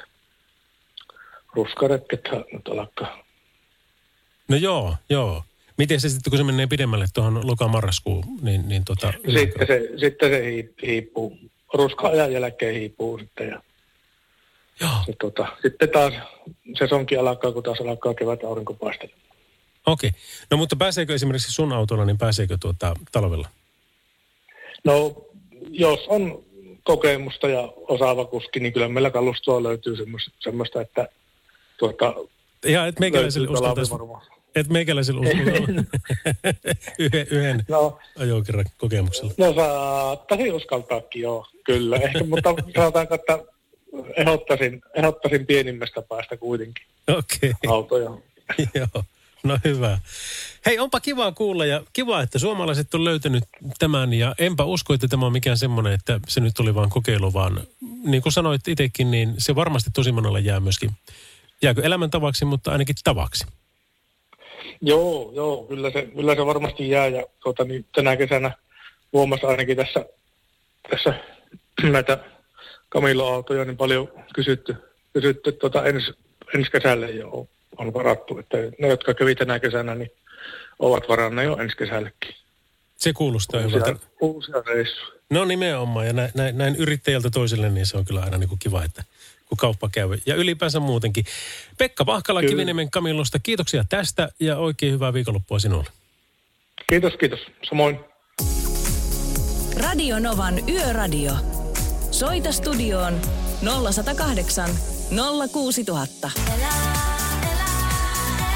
ruskaretkethän nyt alkaa. No joo, joo. Miten se sitten, kun se menee pidemmälle tuohon loka-marraskuun, niin, niin tota... Sitten se, sitten se hiipuu. Ruska-ajan jälkeen hiipuu sitten ja joo. Se, tota, sitten taas sesonkin alkaa, kun taas alkaa kevät aurinko paistelemaan. Okei. Okay. No mutta pääseekö esimerkiksi sun autolla, niin pääseekö tuota talvella? No, jos on kokemusta ja osaava kuski, niin kyllä meillä kalustoa löytyy semmoista, semmoista että tuota... Ihan, et meikäläiselle uskaltaisi... Et meikäläisellä uskaltaisi yhden, yhden no, ajokerran kokemuksella. No saattaisin uskaltaakin, joo, kyllä. Ehkä, mutta sanotaanko, että ehdottaisin, ehdottaisin pienimmästä päästä kuitenkin okay. autoja. Joo, no hyvä. Hei, onpa kiva kuulla ja kiva, että suomalaiset on löytänyt tämän ja enpä usko, että tämä on mikään semmoinen, että se nyt oli vaan kokeilu, vaan niin kuin sanoit itsekin, niin se varmasti tosi monella jää myöskin, jääkö elämäntavaksi, mutta ainakin tavaksi. Joo, joo, kyllä se, kyllä se varmasti jää ja tuota, niin tänä kesänä huomasi ainakin tässä, tässä näitä Camillo-autoja niin paljon kysytty, kysytty tuota ens, ensi kesälle jo on varattu, että ne, jotka kävi tänä kesänä, niin ovat varanneet jo ensi kesällekin. Se kuulostaa uusia, hyvältä. Uusia reissuja. No nimenomaan, ja näin, näin, näin yrittäjältä toiselle, niin se on kyllä aina niin kuin kiva, että kun kauppa käy. Ja ylipäänsä muutenkin. Pekka Pahkala Kiviniemen Kamillosta, kiitoksia tästä ja oikein hyvää viikonloppua sinulle. Kiitos, kiitos. Samoin. Radio Novan Yöradio. Soita studioon nolla yksi nolla kahdeksan nolla kuusi nolla nolla nolla.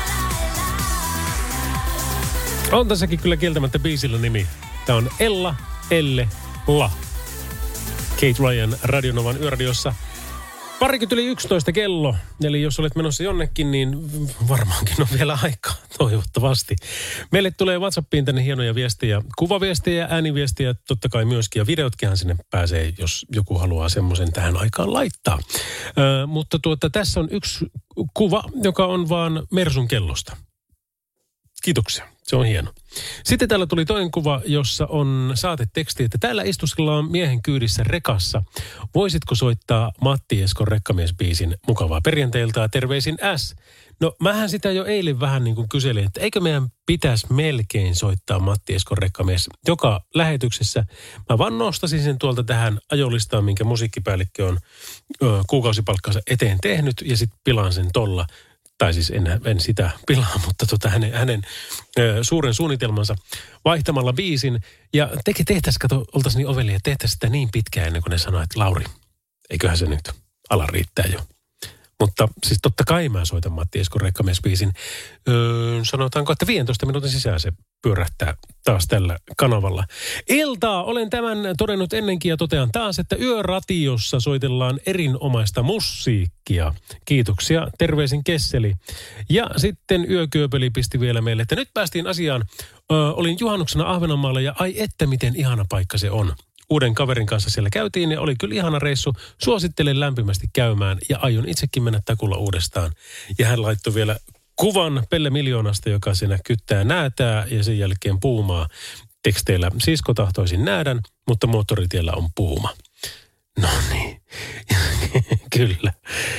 On tässäkin kyllä kieltämättä biisillä nimi. Tää on Ella, Elle, La. Kate Ryan Radio Novan Yöradiossa. Parikymmentä yli yksitoista kello, eli jos olet menossa jonnekin, niin varmaankin on vielä aikaa, toivottavasti. Meille tulee WhatsAppiin tänne hienoja viestejä, kuvaviestejä, ääniviestejä, totta kai myöskin, ja videotkinhan sinne pääsee, jos joku haluaa semmoisen tähän aikaan laittaa. Ö, mutta tuota, tässä on yksi kuva, joka on vaan Mersun kellosta. Kiitoksia, se on hieno. Sitten täällä tuli toinen kuva, jossa on saateteksti, että täällä istuskellaan miehen kyydissä rekassa. Voisitko soittaa Matti Eskon Rekkamies-biisin mukavaa perjantailta, terveisin S. No mähän sitä jo eilen vähän niin kuin kyselin, että eikö meidän pitäisi melkein soittaa Matti Eskon Rekkamies joka lähetyksessä. Mä vaan nostasin sen tuolta tähän ajolistaan, minkä musiikkipäällikkö on ö, kuukausipalkkansa eteen tehnyt ja sitten pilaan sen tolla. Tai siis en, en sitä pilaa, mutta tota hänen, hänen ö, suuren suunnitelmansa vaihtamalla biisin. Ja teke, tehtäisiin, kato, oltaisiin niin ovelia, tehtäisiin sitä niin pitkään ennen kuin ne sanoo, että Lauri, eiköhän se nyt ala riittää jo. Mutta siis totta kai mä soitan Matti Eskon Rekkamies-biisin. Öö, sanotaanko, että viisitoista minuutin sisään se pyörähtää taas tällä kanavalla. Iltaa olen tämän todennut ennenkin ja totean taas, että Yöradiossa soitellaan erinomaista musiikkia. Kiitoksia, terveisin Kesseli. Ja sitten Yökyöpeli pisti vielä meille, että nyt päästiin asiaan. Öö, olin juhannuksena Ahvenanmaalla ja ai että miten ihana paikka se on. Uuden kaverin kanssa siellä käytiin ja oli kyllä ihana reissu. Suosittelen lämpimästi käymään ja aion itsekin mennä takulla uudestaan. Ja hän laittoi vielä kuvan Pelle Miljoonasta, joka siinä kyttää näätää ja sen jälkeen puumaa teksteillä. Sisko tahtoisin näädän, mutta moottoritiellä on puuma. No niin, kyllä.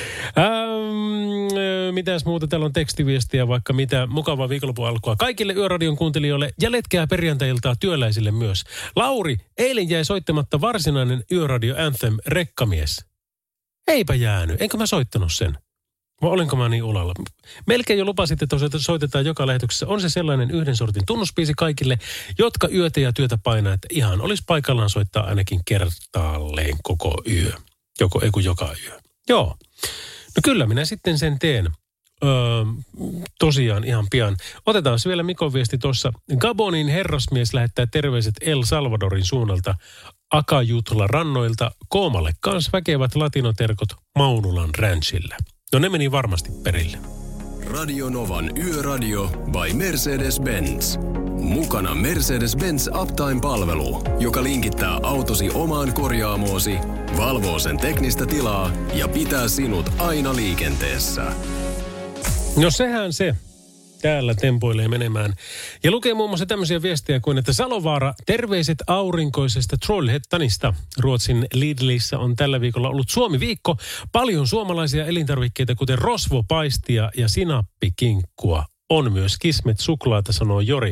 Ähm, mitäs muuta? Täällä on tekstiviestiä, vaikka mitä. Mukavaa viikonlopun alkua kaikille Yöradion kuuntelijoille ja letkää perjantailtaa työläisille myös. Lauri, eilen jäi soittamatta varsinainen Yöradio Anthem Rekkamies. Eipä jäänyt. Enkö mä soittanut sen? Vai olenko mä niin ulalla? Melkein jo lupasit, että soitetaan joka lähetyksessä. On se sellainen yhden sortin tunnuspiisi kaikille, jotka yötä ja työtä painaa, että ihan olisi paikallaan soittaa ainakin kertaalleen koko yö. Joko, ei kun joka yö. Joo. No kyllä minä sitten sen teen. Öö, tosiaan ihan pian. Otetaan vielä Mikon viesti tuossa. Gabonin herrasmies lähettää terveiset El Salvadorin suunnalta Akajutla rannoilta. Koomalle kans väkevät latinoterkot Maunulan ranchillä. No ne meni varmasti perille. Radio Novan Yöradio by Mercedes-Benz. Mukana Mercedes-Benz Uptime-palvelu, joka linkittää autosi omaan korjaamoosi, valvoo sen teknistä tilaa ja pitää sinut aina liikenteessä. No sehän se täällä tempoilee menemään. Ja lukee muun muassa tämmöisiä viestejä kuin, että Salovaara, terveiset aurinkoisesta Trollhättanista. Ruotsin Lidlissä on tällä viikolla ollut Suomi-viikko. Paljon suomalaisia elintarvikkeita, kuten rosvopaistia ja sinappikinkkua. On myös kismet-suklaata, sanoo Jori.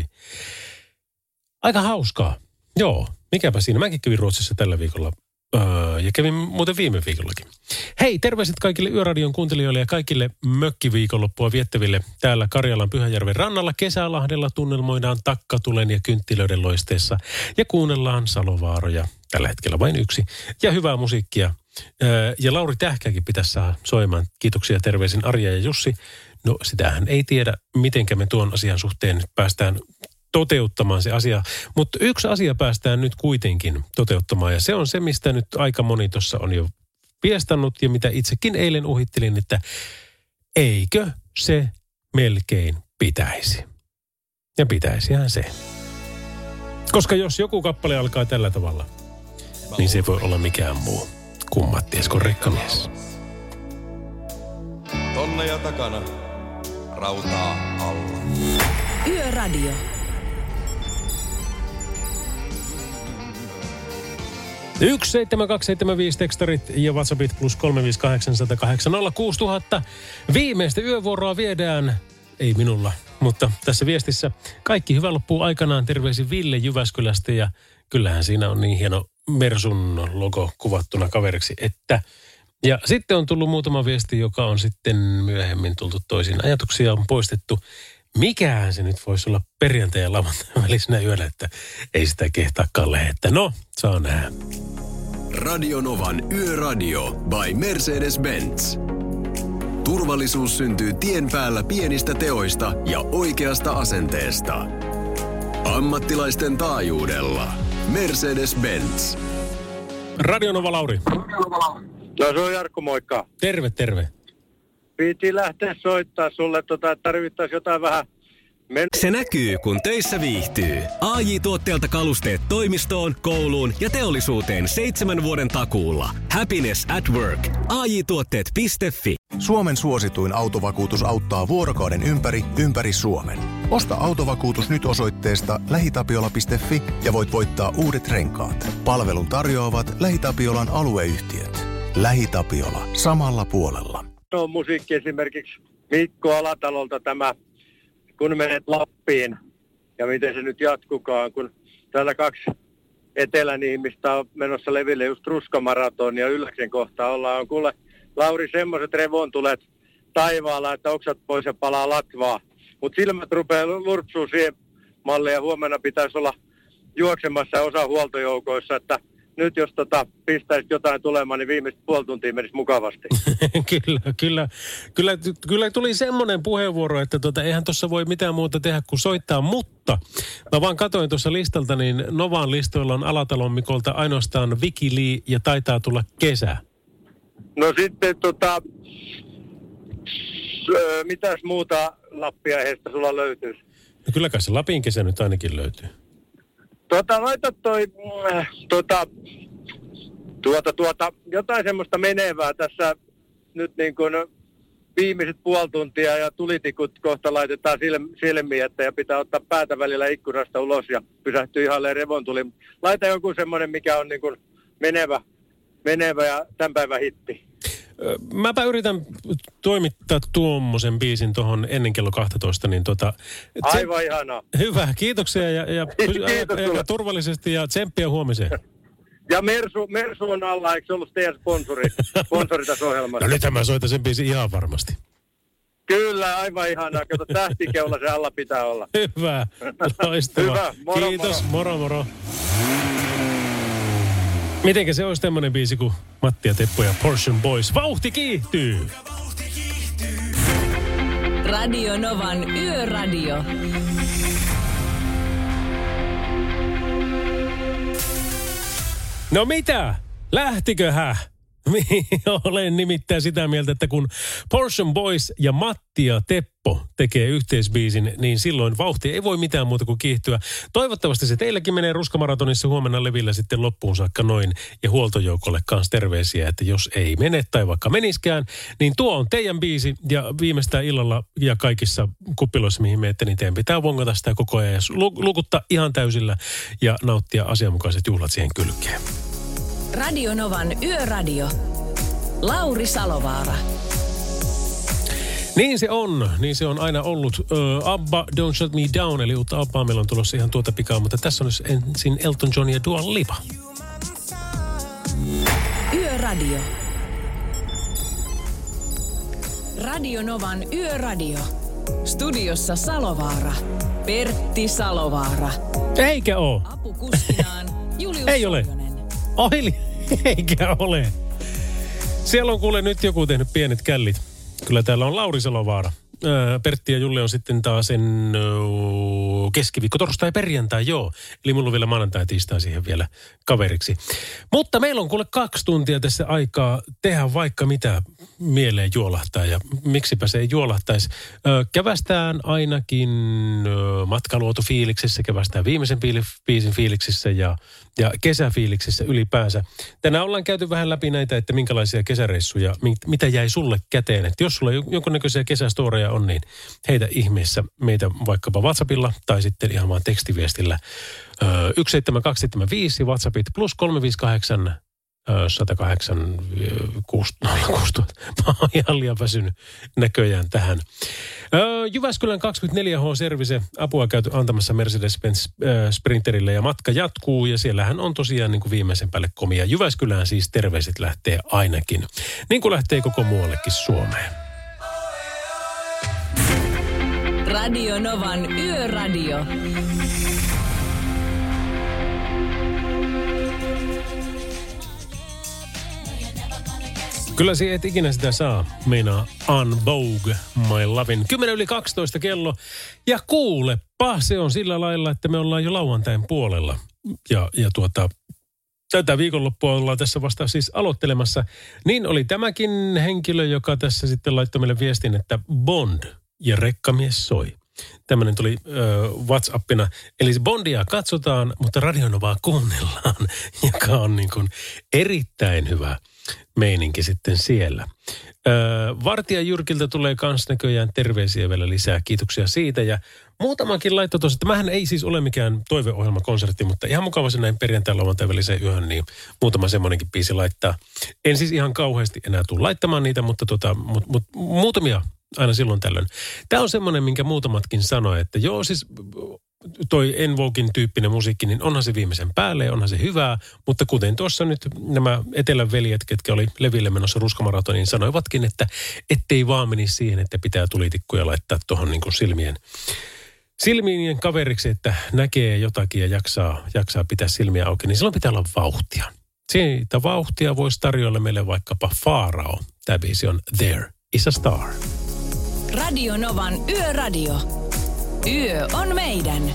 Aika hauskaa. Joo, mikäpä siinä. Mäkin kävin Ruotsissa tällä viikolla. Öö, ja kävin muuten viime viikollakin. Hei, terveiset kaikille Yöradion kuuntelijoille ja kaikille mökkiviikonloppua viettäville. Täällä Karjalan Pyhäjärven rannalla Kesälahdella tunnelmoidaan takkatulen ja kynttilöiden loisteessa. Ja kuunnellaan Salovaaroja, tällä hetkellä vain yksi. Ja hyvää musiikkia. Öö, ja Lauri Tähkäkin pitäisi saada soimaan. Kiitoksia terveisin Arja ja Jussi. No sitähän ei tiedä, mitenkä me tuon asian suhteen päästään toteuttamaan se asia. Mutta yksi asia päästään nyt kuitenkin toteuttamaan ja se on se, mistä nyt aika moni tuossa on jo viestannut ja mitä itsekin eilen uhittelin, että eikö se melkein pitäisi. Ja pitäisihän se. Koska jos joku kappale alkaa tällä tavalla, niin se voi olla mikään muu kuin Matti Eskon Rekkamies. Tonne ja takana, rautaa alla. Yöradio. yksi seitsemän kaksi seitsemän viisi tekstarit ja WhatsAppit plus kolme viisi kahdeksan nolla kahdeksan nolla kuusi nolla nolla nolla. Viimeistä yövuoroa viedään, ei minulla, mutta tässä viestissä kaikki hyvä loppuu aikanaan. Terveisin Ville Jyväskylästä ja kyllähän siinä on niin hieno Mersun logo kuvattuna kaveriksi, että... Ja sitten on tullut muutama viesti, joka on sitten myöhemmin tultu toisiin. Ajatuksia on poistettu. Mikähän se nyt voisi olla perjantai- ja lauantai välisenä yöllä, että ei sitä kehtaakaan lähettää. No, saa nähdä. Radio Novan Yöradio by Mercedes-Benz. Turvallisuus syntyy tien päällä pienistä teoista ja oikeasta asenteesta. Ammattilaisten taajuudella. Mercedes-Benz. Radio Nova, Lauri. No se on Jarkko, moikka. Terve, terve. Piti lähteä soittaa sulle, tota, että tarvittaisiin jotain vähän... Men- Se näkyy, kun töissä viihtyy. A J-tuotteelta kalusteet toimistoon, kouluun ja teollisuuteen seitsemän vuoden takuulla. Happiness at work. A J tuotteet piste fi. Suomen suosituin autovakuutus auttaa vuorokauden ympäri, ympäri Suomen. Osta autovakuutus nyt osoitteesta lähitapiola piste fi ja voit voittaa uudet renkaat. Palvelun tarjoavat LähiTapiolan alueyhtiöt. LähiTapiola. Samalla puolella. No musiikki esimerkiksi Mikko Alatalolta tämä, kun menet Lappiin ja miten se nyt jatkukaan, kun täällä kaksi etelän ihmistä on menossa leville just Ruskamaratoon ja Ylläksen kohtaa ollaan. On kuule, Lauri, semmoiset revontulet taivaalla, että oksat pois ja palaa latvaa. Mutta silmät rupeaa lurpsuu siihen malliin ja huomenna pitäisi olla juoksemassa osa huoltojoukoissa, että nyt jos tota pistäisi jotain tulemaan, niin viimeiset puoli tuntia menisi mukavasti. kyllä, kyllä, kyllä, kyllä tuli semmoinen puheenvuoro, että tota, eihän tuossa voi mitään muuta tehdä kuin soittaa, mutta mä vaan katsoin tuossa listalta, niin Novan listoilla on Alatalon Mikolta ainoastaan Viki Lee ja taitaa tulla Kesä. No sitten tota, öö, mitäs muuta Lappiaiheesta sulla löytyisi? No kyllä kai se Lapin Kesä nyt ainakin löytyy. Tota, laita toi, äh, tota, tuota, tuota, jotain semmoista menevää tässä nyt niin kuin viimeiset puoli tuntia ja tulitikut kohta laitetaan silmiin, että ja pitää ottaa päätä välillä ikkunasta ulos ja pysähtyy ihalleen revontuli. Laita joku semmoinen, mikä on niin kuin menevä, menevä ja tämän päivän hitti. Mäpä yritän toimittaa tuommoisen biisin tuohon ennen kello kaksitoista. Niin tota, aivan ihanaa. Hyvä, kiitoksia ja, ja, Kiitos ja, ja turvallisesti ja tsemppiä huomiseen. Ja Mersu, Mersu on alla, eikö se ollut teidän sponsori, sponsori tässä ohjelmassa? No nythän mä soitan sen biisin ihan varmasti. Kyllä, aivan ihanaa. Kato, tähtikeula se alla pitää olla. Hyvä, loistavaa. Hyvä, moro, Kiitos, moro moro. Mitenkä se olisi tämmönen biisi kuin Matti ja Teppo ja Portion Boys. Vauhti kiihtyy! Radio Novan Yöradio. No mitä? Lähtiköhä? Olen nimittäin sitä mieltä, että kun Portion Boys ja Matti ja Teppo tekee yhteisbiisin, niin silloin vauhti ei voi mitään muuta kuin kiihtyä. Toivottavasti se teilläkin menee Ruskamaratonissa huomenna levillä sitten loppuun saakka noin. Ja huoltojoukolle kanssa terveisiä, että jos ei mene tai vaikka meniskään, niin tuo on teidän biisi. Ja viimeistään illalla ja kaikissa kuppiloissa, mihin menette, niin teidän pitää vongata sitä koko ajan ja lukuttaa ihan täysillä ja nauttia asianmukaiset juhlat siihen kylkeen. Radio Novan Yöradio. Lauri Salovaara. Niin se on, niin se on aina ollut. Uh, Abba, Don't Shut Me Down, eli uutta Abbaa meillä on tulossa ihan tuota pikaa, mutta tässä on ensin Elton John ja Dua Lipa. Yöradio. Radio Novan Yöradio. Studiossa Salovaara. Pertti Salovaara. Eikä oo. Apukuskinaan Julius Ei ole. Oili, eikä ole. Siellä on kuule nyt joku tehnyt pienet källit. Kyllä täällä on Lauri Salovaara. Pertti ja Julle on sitten taas sen keskiviikko, torstai, perjantai, joo. Eli mulla on vielä maanantai ja tiistai siihen vielä kaveriksi. Mutta meillä on kuule kaksi tuntia tässä aikaa tehdä vaikka mitä mieleen juolahtaa. Ja miksipä se ei juolahtaisi. Kävästään ainakin matkailuautofiiliksissä, kävästään viimeisen biisin fiiliksissä ja, ja kesäfiiliksissä ylipäänsä. Tänään ollaan käyty vähän läpi näitä, että minkälaisia kesäreissuja, mitä jäi sulle käteen. Että jos sulla jonkunnäköisiä kesästoreja on, niin heitä ihmeessä meitä vaikkapa WhatsAppilla tai sitten ihan vaan tekstiviestillä. yksi seitsemän kaksi seitsemän viisi WhatsAppit plus kolme viisi kahdeksan sata kahdeksan kuusi tuhatta. Mä oon ihan liian väsynyt näköjään tähän. Jyväskylän kaksikymmentäneljä H-service apua käyty antamassa Mercedes-Benz Sprinterille ja matka jatkuu. Ja siellähän on tosiaan niin kuin viimeisen päälle komia. Jyväskylään siis terveiset lähtee ainakin. Niin kuin lähtee koko muuallekin Suomeen. Radio Novan Yöradio. Kyllä se et ikinä sitä saa. Meinaa On Vogue, My Lovin. kymmenen yli kaksitoista kello. Ja kuulepa, se on sillä lailla, että me ollaan jo lauantain puolella. Ja, ja tuota, tätä viikonloppua ollaan tässä vasta siis aloittelemassa. Niin oli tämäkin henkilö, joka tässä sitten laittoi meille viestin, että Bond ja rekkamies soi. Tämmöinen tuli ö, WhatsAppina. Eli Bondia katsotaan, mutta radionovaa kuunnellaan, joka on niin kuin erittäin hyvä meininki sitten siellä. Ö, Vartija Jyrkiltä tulee kans näköjään terveisiä vielä lisää. Kiitoksia siitä. Ja muutamakin laittoi tuossa, että mähän ei siis ole mikään toiveohjelmakonsertti, mutta ihan mukava se näin perjantai lauantai väliseen yöhön, niin muutama semmoinenkin biisi laittaa. En siis ihan kauheasti enää tule laittamaan niitä, mutta tota, mut, mut, muutamia aina silloin tällöin. Tämä on semmoinen, minkä muutamatkin sanoi, että joo siis toi En Voguein tyyppinen musiikki, niin onhan se viimeisen päälle ja onhan se hyvää, mutta kuten tuossa nyt nämä etelän veljet, ketkä oli leville menossa ruskamaratoniin, sanoivatkin, että ettei vaan menisi siihen, että pitää tulitikkuja laittaa tuohon niin kuin silmien, silmien kaveriksi, että näkee jotakin ja jaksaa, jaksaa pitää silmiä auki, niin silloin pitää olla vauhtia. Siitä vauhtia voisi tarjolla meille vaikkapa Faarao. Tämä biisi on There is a Star. Radio Novan Yöradio. Yö on meidän.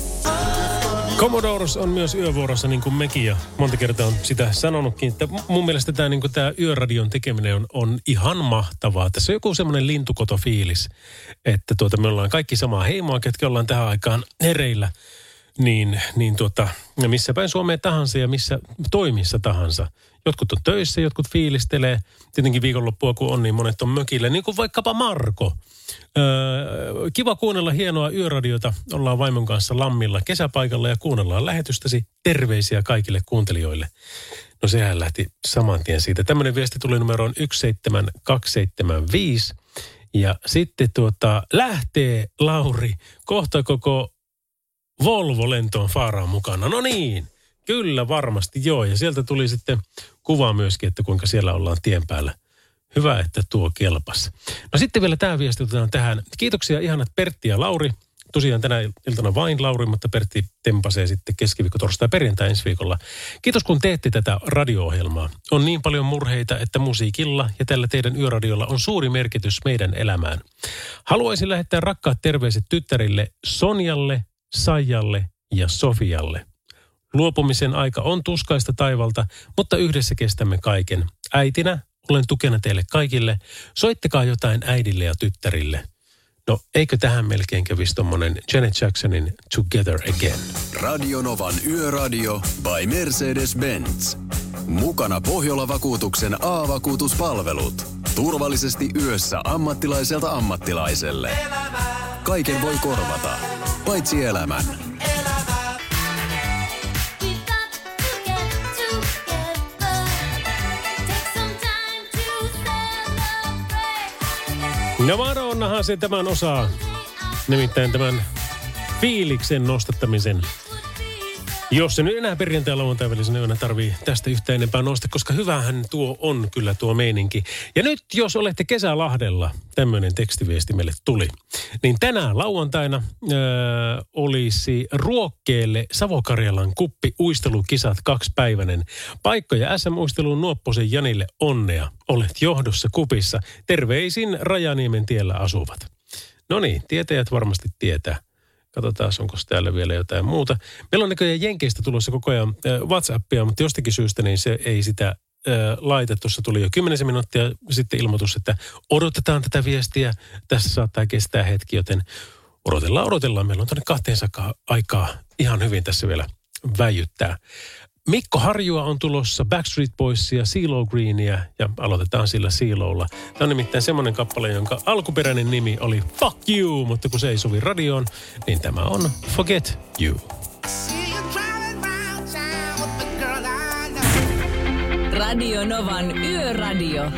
Commodores on myös yövuorossa niin kuin mekin ja monta kertaa on sitä sanonutkin, että mun mielestä tämä, niin kuin tämä yöradion tekeminen on, on ihan mahtavaa. Tässä on joku semmoinen lintukotofiilis, että tuota, me ollaan kaikki samaa heimoa, ketkä ollaan tähän aikaan hereillä. Niin, niin tuota, missä päin Suomeen tahansa ja missä toimissa tahansa. Jotkut on töissä, jotkut fiilistelee. Tietenkin viikonloppua kun on, niin monet on mökillä. Niin kuin vaikkapa Marko. Öö, kiva kuunnella hienoa yöradiota. Ollaan vaimon kanssa Lammilla kesäpaikalla ja kuunnellaan lähetystäsi. Terveisiä kaikille kuuntelijoille. No sehän lähti saman tien siitä. Tämmöinen viesti tuli numeroon yksi seitsemän kaksi seitsemän viisi. Ja sitten tuota, lähtee Lauri kohta koko Volvo-lentoon Faaraan mukana. No niin, kyllä varmasti joo. Ja sieltä tuli sitten kuva myöskin, että kuinka siellä ollaan tien päällä. Hyvä, että tuo kelpas. No sitten vielä tämä viesti otetaan tähän. Kiitoksia ihanat Pertti ja Lauri. Tosiaan tänä iltana vain Lauri, mutta Pertti tempasee sitten keskiviikko, torstai, perjantai ensi viikolla. Kiitos kun teette tätä radio-ohjelmaa. On niin paljon murheita, että musiikilla ja tällä teidän yöradiolla on suuri merkitys meidän elämään. Haluaisin lähettää rakkaat terveiset tyttärille Sonjalle, Saijalle ja Sofialle. Luopumisen aika on tuskaista taivalta, mutta yhdessä kestämme kaiken. Äitinä olen tukena teille kaikille. Soittakaa jotain äidille ja tyttärille. No, eikö tähän melkein kävisi tommonen Janet Jacksonin Together Again? Radio Novan Yöradio by Mercedes-Benz. Mukana Pohjola-vakuutuksen A-vakuutuspalvelut. Turvallisesti yössä ammattilaiselta ammattilaiselle. Kaiken voi korvata, paitsi elämän. No Madonnahan se tämän osaa, nimittäin tämän fiiliksen nostattamisen. Jos se nyt enää perjantai lauantai välisenä yönä tarvii tästä yhtä enempää nosta, koska hyvähän tuo on kyllä tuo meininki. Ja nyt jos olette Kesälahdella, tämmöinen tekstiviesti meille tuli, niin tänään lauantaina äh, olisi Ruokkeelle Savo-Karjalan kuppi uistelukisat kaksipäiväinen. Paikkoja S M-uisteluun Nuopposen Janille onnea. Olet johdossa kupissa. Terveisin Rajaniemen tiellä asuvat. No niin, tietäjät varmasti tietää. Katsotaan, onko täällä vielä jotain muuta. Meillä on näköjään Jenkeistä tulossa koko ajan äh, WhatsAppia, mutta jostakin syystä niin se ei sitä äh, laita. Tuossa tuli jo kymmenisen minuuttia sitten ilmoitus, että odotetaan tätä viestiä. Tässä saattaa kestää hetki, joten odotellaan, odotellaan. Meillä on tuonne kahteen saakka aikaa ihan hyvin tässä vielä väijyttää. Mikko Harjua on tulossa, Backstreet Boysia, CeeLo Greenia ja aloitetaan sillä CeeLolla. Tämä on nimittäin semmoinen kappale, jonka alkuperäinen nimi oli Fuck You, mutta kun se ei sovi radioon, niin tämä on Forget You. Radio Novan Yöradio.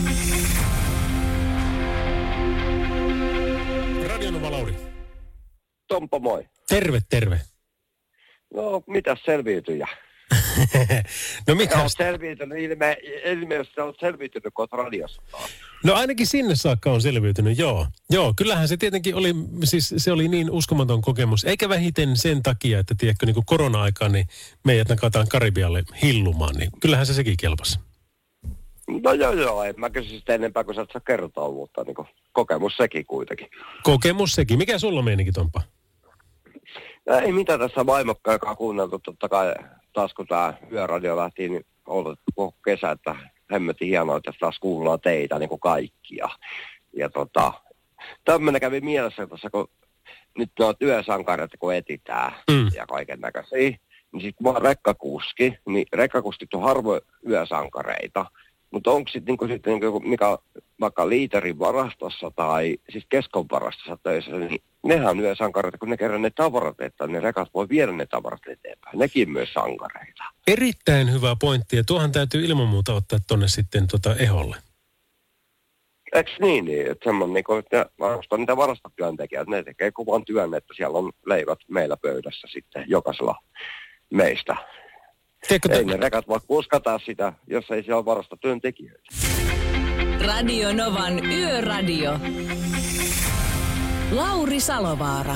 Radio Nova Lauri. Tompo, moi. Terve, terve. No, mitäs selviytyjä? No mitäs? Olet selviytynyt, ilme, ilmeisesti olet selviytynyt, kun olet radiossa. No ainakin sinne saakka on selviytynyt, joo. Joo, kyllähän se tietenkin oli, siis se oli niin uskomaton kokemus. Eikä vähiten sen takia, että tiedätkö, niin kuin korona-aikaan, niin meidät nakataan Karibialle hillumaan, niin kyllähän se sekin kelpasi. No joo, joo, en mä kysy sitä enempää, kun sä et saa kertoa, mutta niin kuin, kokemus sekin kuitenkin. Kokemus sekin. Mikä sulla on meininki, Tompa? No, ei mitään tässä vaimokkaan kuunneltu, totta kai taas kun tämä yöradio lähti, niin ollut koko kesä, että hemmetin hienoa, että taas kuullaan teitä niin kuin kaikkia. Ja tota, tämmöinen kävi mielessä tuossa, kun nyt noita yösankareita kun etitään mm. ja kaiken näköisiä, niin sitten kun mä oon rekkakuski, niin rekkakuskit on harvoin yösankareita. Mutta onko sitten niinku, sit, niinku, mikä vaikka liiterin varastossa tai siis keskon varastossa töissä, niin nehän on yösankareita, kun ne kerran ne tavarat, että ne rekat voi viedä ne tavarat eteenpäin. Nekin myös sankareita. Erittäin hyvä pointti, ja tuohan täytyy ilman muuta ottaa tuonne sitten tota eholle. Eikö niin, niin että semmoinen, niin että varastaa niitä varastotyöntekijät, ne tekee kuvan työn, että siellä on leivät meillä pöydässä sitten jokaisella meistä. Teekö ei te... ne rekat voi kuskata sitä, jos ei siellä ole varastotyöntekijöitä. Radio Novan Yöradio. Lauri Salovaara.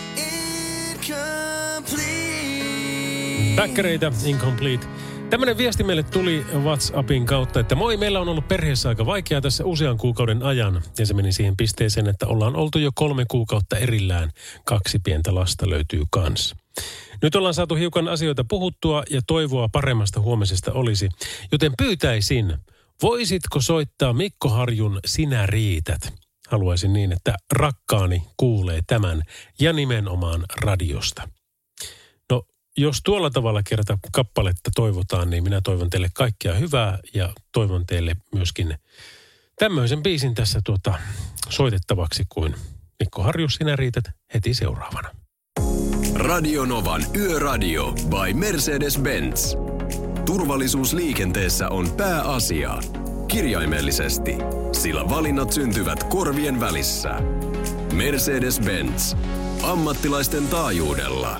Päkkäreitä, Incomplete. Tämmöinen viesti meille tuli WhatsAppin kautta, että moi, meillä on ollut perheessä aika vaikeaa tässä usean kuukauden ajan. Ja se meni siihen pisteeseen, että ollaan oltu jo kolme kuukautta erillään. Kaksi pientä lasta löytyy kans. Nyt ollaan saatu hiukan asioita puhuttua ja toivoa paremmasta huomisesta olisi. Joten pyytäisin, voisitko soittaa Mikko Harjun Sinä riität? Haluaisin niin, että rakkaani kuulee tämän ja nimenomaan radiosta. No, jos tuolla tavalla kerta kappaletta toivotaan, niin minä toivon teille kaikkea hyvää ja toivon teille myöskin tämmöisen biisin tässä tuota soitettavaksi kuin Mikko Harju Sinä riität heti seuraavana. Radio Novan Yöradio by Mercedes-Benz. Turvallisuus liikenteessä on pääasia. Kirjaimellisesti, sillä valinnat syntyvät korvien välissä. Mercedes-Benz. Ammattilaisten taajuudella.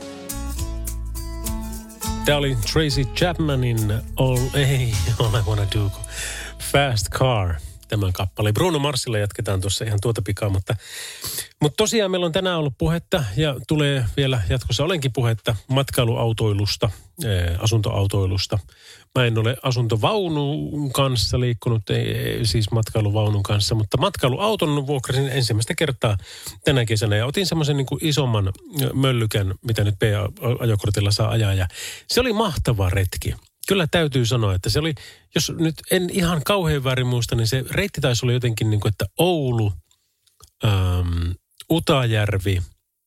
Tämä oli Tracy Chapmanin All, ei, all I wanna do, Fast Car. Tämän kappaleen. Bruno Marsilla jatketaan tuossa ihan tuota pikaa, mutta, mutta tosiaan meillä on tänään ollut puhetta ja tulee vielä jatkossa olenkin puhetta matkailuautoilusta, ää, asuntoautoilusta. Mä en ole asuntovaunun kanssa liikkunut, ei, siis matkailuvaunun kanssa, mutta matkailuauton vuokrasin ensimmäistä kertaa tänä kesänä ja otin semmoisen niin kuin isomman möllykän, mitä nyt P-ajokortilla saa ajaa ja se oli mahtava retki. Kyllä täytyy sanoa, että se oli, jos nyt en ihan kauhean väärin muista, niin se reitti taisi olla jotenkin niin kuin, että Oulu, äm, Utajärvi,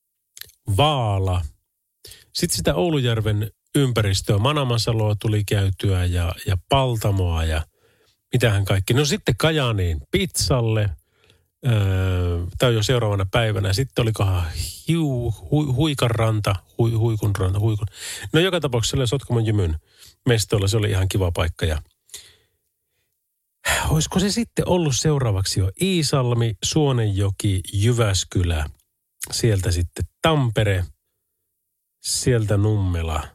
Vaala. Sitten sitä Oulujärven ympäristöä, Manamasaloa tuli käytyä ja, ja Paltamoa ja mitähän kaikki. No sitten Kajaaniin Pitsalle, tämä on jo seuraavana päivänä. Sitten olikohan hiu, hu, Huikanranta, hu, Huikunranta, Huikun. No joka tapauksessa siellä Sotkamon Jymyn mestoilla se oli ihan kiva paikka. Ja olisiko se sitten ollut seuraavaksi jo Iisalmi, Suonenjoki, Jyväskylä, sieltä sitten Tampere, sieltä Nummela,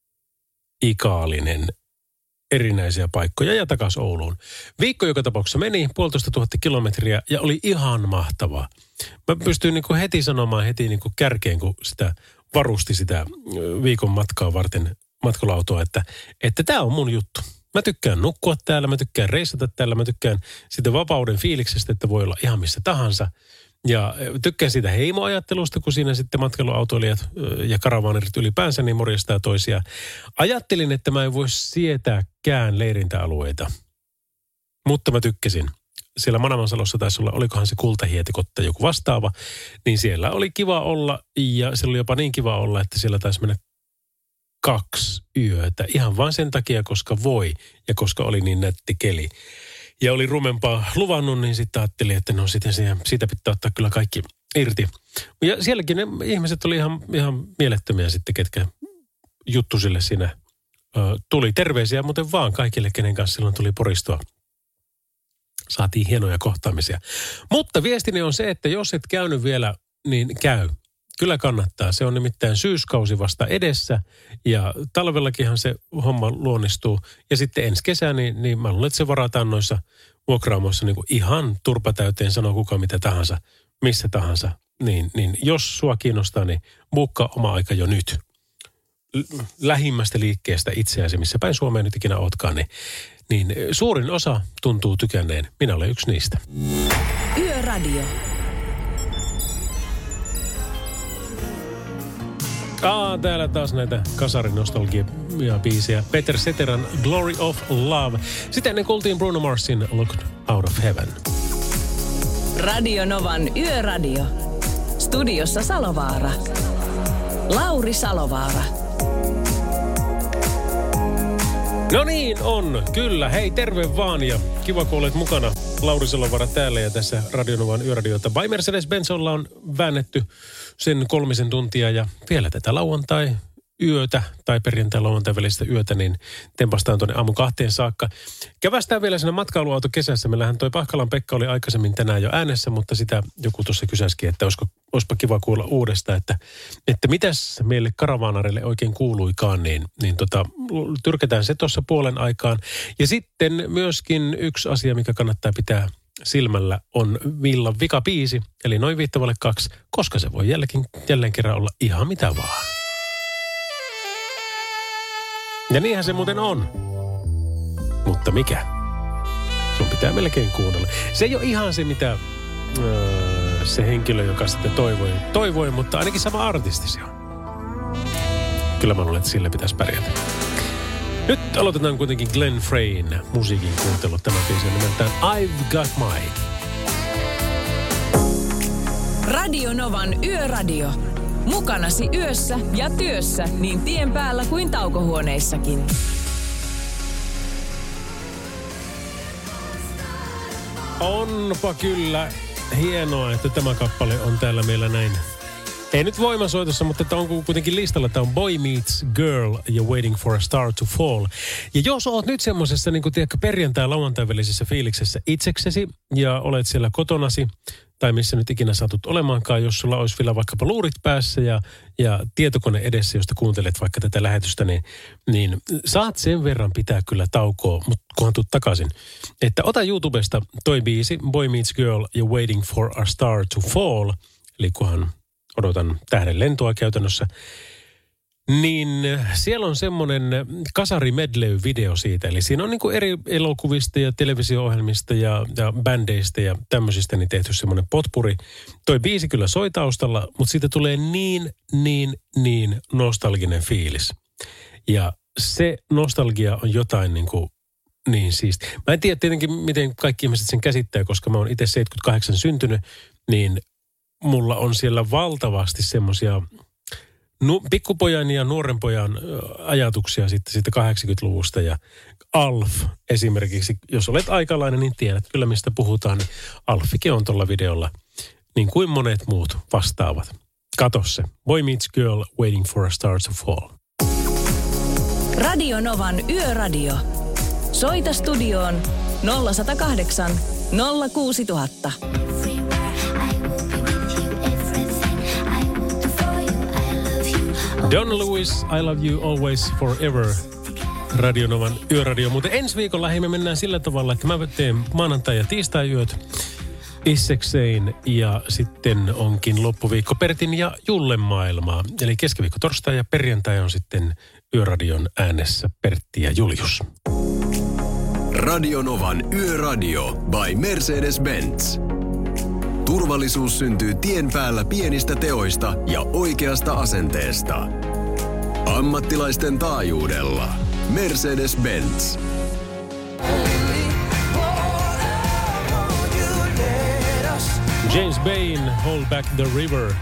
Ikaalinen, erinäisiä paikkoja ja takaisin Ouluun. Viikko joka tapauksessa meni puolitoista tuhatta kilometriä ja oli ihan mahtavaa. Mä pystyin niin kuin heti sanomaan heti niin kuin kärkeen, kun sitä varusti sitä viikon matkaa varten matkailuautoa, että että tämä on mun juttu. Mä tykkään nukkua täällä, mä tykkään reissata täällä, mä tykkään sitä vapauden fiiliksestä, että voi olla ihan missä tahansa. Ja tykkään siitä heimoajattelusta, kun siinä sitten matkailuautoilijat ja karavaanirit ylipäänsä niin morjestaa toisiaan. Ajattelin, että mä en voi sietääkään leirintäalueita, mutta mä tykkäsin. Siellä Manamansalossa taisi olla, olikohan se kultahietikotta joku vastaava, niin siellä oli kiva olla ja siellä oli jopa niin kiva olla, että siellä taisi mennä kaksi yötä. Ihan vain sen takia, koska voi ja koska oli niin nätti keli. Ja oli rumempaa luvannut, niin sitten ajattelin, että no sitten siitä pitää ottaa kyllä kaikki irti. Ja sielläkin ne ihmiset oli ihan, ihan mielettömiä sitten, ketkä juttu sille siinä ö, tuli. Terveisiä muuten vaan kaikille, kenen kanssa silloin tuli poristua. Saatiin hienoja kohtaamisia. Mutta viestini on se, että jos et käynyt vielä, niin käy. Kyllä kannattaa. Se on nimittäin syyskausi vasta edessä ja talvellakinhan se homma luonnistuu. Ja sitten ensi kesä, niin, niin mä luulen, että se varataan noissa vuokraamoissa niin kuin ihan turpatäyteen, sanoo kuka mitä tahansa, missä tahansa. Niin, niin jos sua kiinnostaa, niin buukkaa oma aika jo nyt. Lähimmästä liikkeestä itseäsi, missä päin Suomeen nyt ikinä ootkaan, niin, niin suurin osa tuntuu tykänneen. Minä olen yksi niistä. Yöradio. Aa, täällä taas näitä kasarinostalgia-biisejä. Peter Cetera'n Glory of Love. Sitten ennen kuultiin Bruno Marsin Look Out of Heaven. Radio Novan Yöradio. Studiossa Salovaara. Lauri Salovaara. No niin, on. Kyllä. Hei, terve vaan ja kiva, kun olet mukana. Lauri Salovaara täällä ja tässä Radio Novan Yöradiota. By Mercedes-Benz ollaan väännetty sen kolmisen tuntia ja vielä tätä lauantai yötä tai perjantai-lauantai välistä yötä, niin tempastaan tuonne aamu kahteen saakka. Kävästään vielä siinä matkailuauto kesässä. Meillähän toi Pahkalan Pekka oli aikaisemmin tänään jo äänessä, mutta sitä joku tuossa kysäski, että olisiko, olisipa kiva kuulla uudestaan, että, että mitäs meille karavaanareille oikein kuuluikaan, niin, niin tota, tyrkätään se tuossa puolen aikaan. Ja sitten myöskin yksi asia, mikä kannattaa pitää silmällä, on Villan vikabiisi, eli noin viittavalle kaksi, koska se voi jälleen, jälleen kerran olla ihan mitä vaan. Ja niinhän se muuten on. Mutta mikä? Sun pitää melkein kuunnella. Se ei ole ihan se, mitä öö, se henkilö, joka sitten toivoi, toivoi, mutta ainakin sama artisti se on. Kyllä mä luulen, että sille pitäisi pärjätä. Nyt aloitetaan kuitenkin Glenn Freyn musiikin kuuntelu. Tämä biisi on nimeltään I've Got Mine. Radio Novan Yöradio. Mukanasi yössä ja työssä niin tien päällä kuin taukohuoneissakin. Onpa kyllä hienoa, että tämä kappale on täällä meillä näin. Ei nyt voimasoitossa, mutta tämä on kuitenkin listalla. Tämä on Boy Meets Girl ja Waiting for a Star to Fall. Ja jos oot nyt semmoisessa niin kuin tiedätkö, perjantai-lauantai välisessä fiiliksessä itseksesi ja olet siellä kotonasi, tai missä nyt ikinä satut olemaankaan, jos sulla olisi vielä vaikkapa luurit päässä ja, ja tietokone edessä, josta kuuntelet vaikka tätä lähetystä, niin, niin saat sen verran pitää kyllä taukoa, mutta kunhan tuut takaisin. Että ota YouTubesta toi biisi, Boy Meets Girl ja Waiting for a Star to Fall, eli kunhan odotan tähden lentoa käytännössä, niin siellä on semmoinen kasari medley-video siitä. Eli siinä on niin kuin eri elokuvista ja televisio-ohjelmista ja, ja bändeistä ja tämmöisistä niin tehty semmoinen potpuri. Toi biisi kyllä soi taustalla, mutta siitä tulee niin, niin, niin nostalginen fiilis. Ja se nostalgia on jotain niin kuin niin siisti. Mä en tiedä tietenkin, miten kaikki ihmiset sen käsittää, koska mä oon itse seitsemänkymmentäkahdeksan syntynyt, niin mulla on siellä valtavasti semmoisia nu, pikkupojan ja nuoren pojan ajatuksia sitten, sitten kahdeksankymmentäluvusta. Ja Alf esimerkiksi, jos olet aikalainen, niin tiedät kyllä mistä puhutaan. Niin Alfikin on tuolla videolla, niin kuin monet muut vastaavat. Kato se. Boy Meets Girl, Waiting for a Star to Fall. Radio Novan Yöradio. Soita studioon nolla yksi nolla kahdeksan nolla kuusi nolla nolla nolla. Don Lewis, I love you always forever. Radio Novan Yöradio. Mutta ensi viikolla hei, me mennään sillä tavalla, että mä teen maanantai- ja tiistai-yöt issekseen ja sitten onkin loppuviikko Pertin ja Jullen maailmaa. Eli keskiviikko, torstai ja perjantai on sitten Yöradion äänessä Pertti ja Julius. Radio Novan Yöradio by Mercedes-Benz. Turvallisuus syntyy tien päällä pienistä teoista ja oikeasta asenteesta. Ammattilaisten taajuudella. Mercedes-Benz. James Bain, Hold Back the River.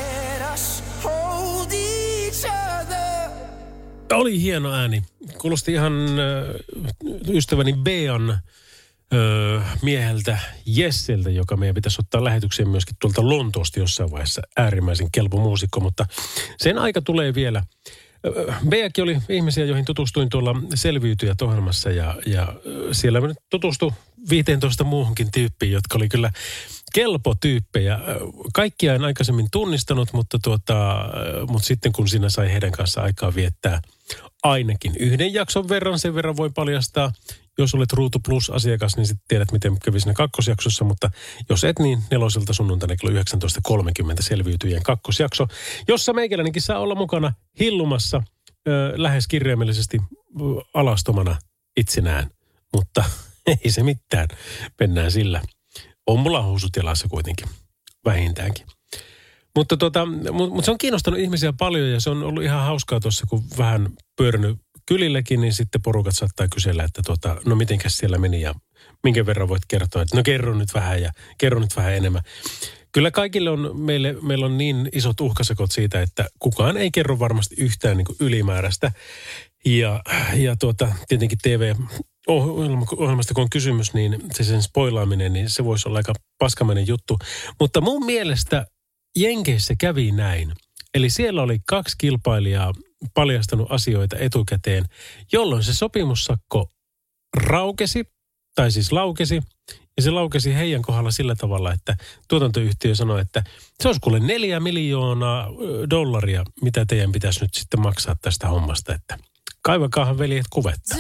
Oli hieno ääni. Kuulosti ihan äh, ystäväni Bean Öö, mieheltä Jesseltä, joka meidän pitäisi ottaa lähetykseen myöskin tuolta Lontoosta jossain vaiheessa. Äärimmäisen kelpo muusikko, mutta sen aika tulee vielä. Beakin oli ihmisiä, joihin tutustuin tuolla Selviytyjät ohjelmassa ja, ja siellä nyt tutustui viisitoista muuhunkin tyyppiin, jotka oli kyllä kelpo tyyppejä. Kaikkia en aikaisemmin tunnistanut, mutta, tuota, mutta sitten kun siinä sai heidän kanssa aikaa viettää ainakin yhden jakson verran, sen verran voi paljastaa. Jos olet Ruutu Plus-asiakas, niin sitten tiedät, miten kävi siinä kakkosjaksossa, mutta jos et, niin neloselta sunnuntaina kello yhdeksäntoista kolmekymmentä Selviytyjien kakkosjakso, jossa meikäläinenkin saa olla mukana hillumassa ö, lähes kirjaimellisesti ö, alastomana itsenään. Mutta ei se mitään, mennään sillä. On mulla housut jalassa kuitenkin, vähintäänkin. Mutta tota, mut, mut se on kiinnostanut ihmisiä paljon ja se on ollut ihan hauskaa tuossa, kun vähän pyörinyt kylillekin, niin sitten porukat saattaa kysellä, että tota, no mitenkäs siellä meni ja minkä verran voit kertoa, että no kerro nyt vähän ja kerro nyt vähän enemmän. Kyllä kaikille on, meille, meillä on niin isot uhkasakot siitä, että kukaan ei kerro varmasti yhtään niin kuin ylimääräistä. Ja, ja tuota, tietenkin T V-ohjelmasta kun on kysymys, niin se sen spoilaaminen, niin se voisi olla aika paskamainen juttu. Mutta mun mielestä Jenkeissä kävi näin. Eli siellä oli kaksi kilpailijaa paljastanut asioita etukäteen, jolloin se sopimussakko raukesi, tai siis laukesi, ja se laukesi heidän kohdalla sillä tavalla, että tuotantoyhtiö sanoi, että se olisi kuule neljä miljoonaa dollaria, mitä teidän pitäisi nyt sitten maksaa tästä hommasta, että kaivakaahan veljet kuvetta.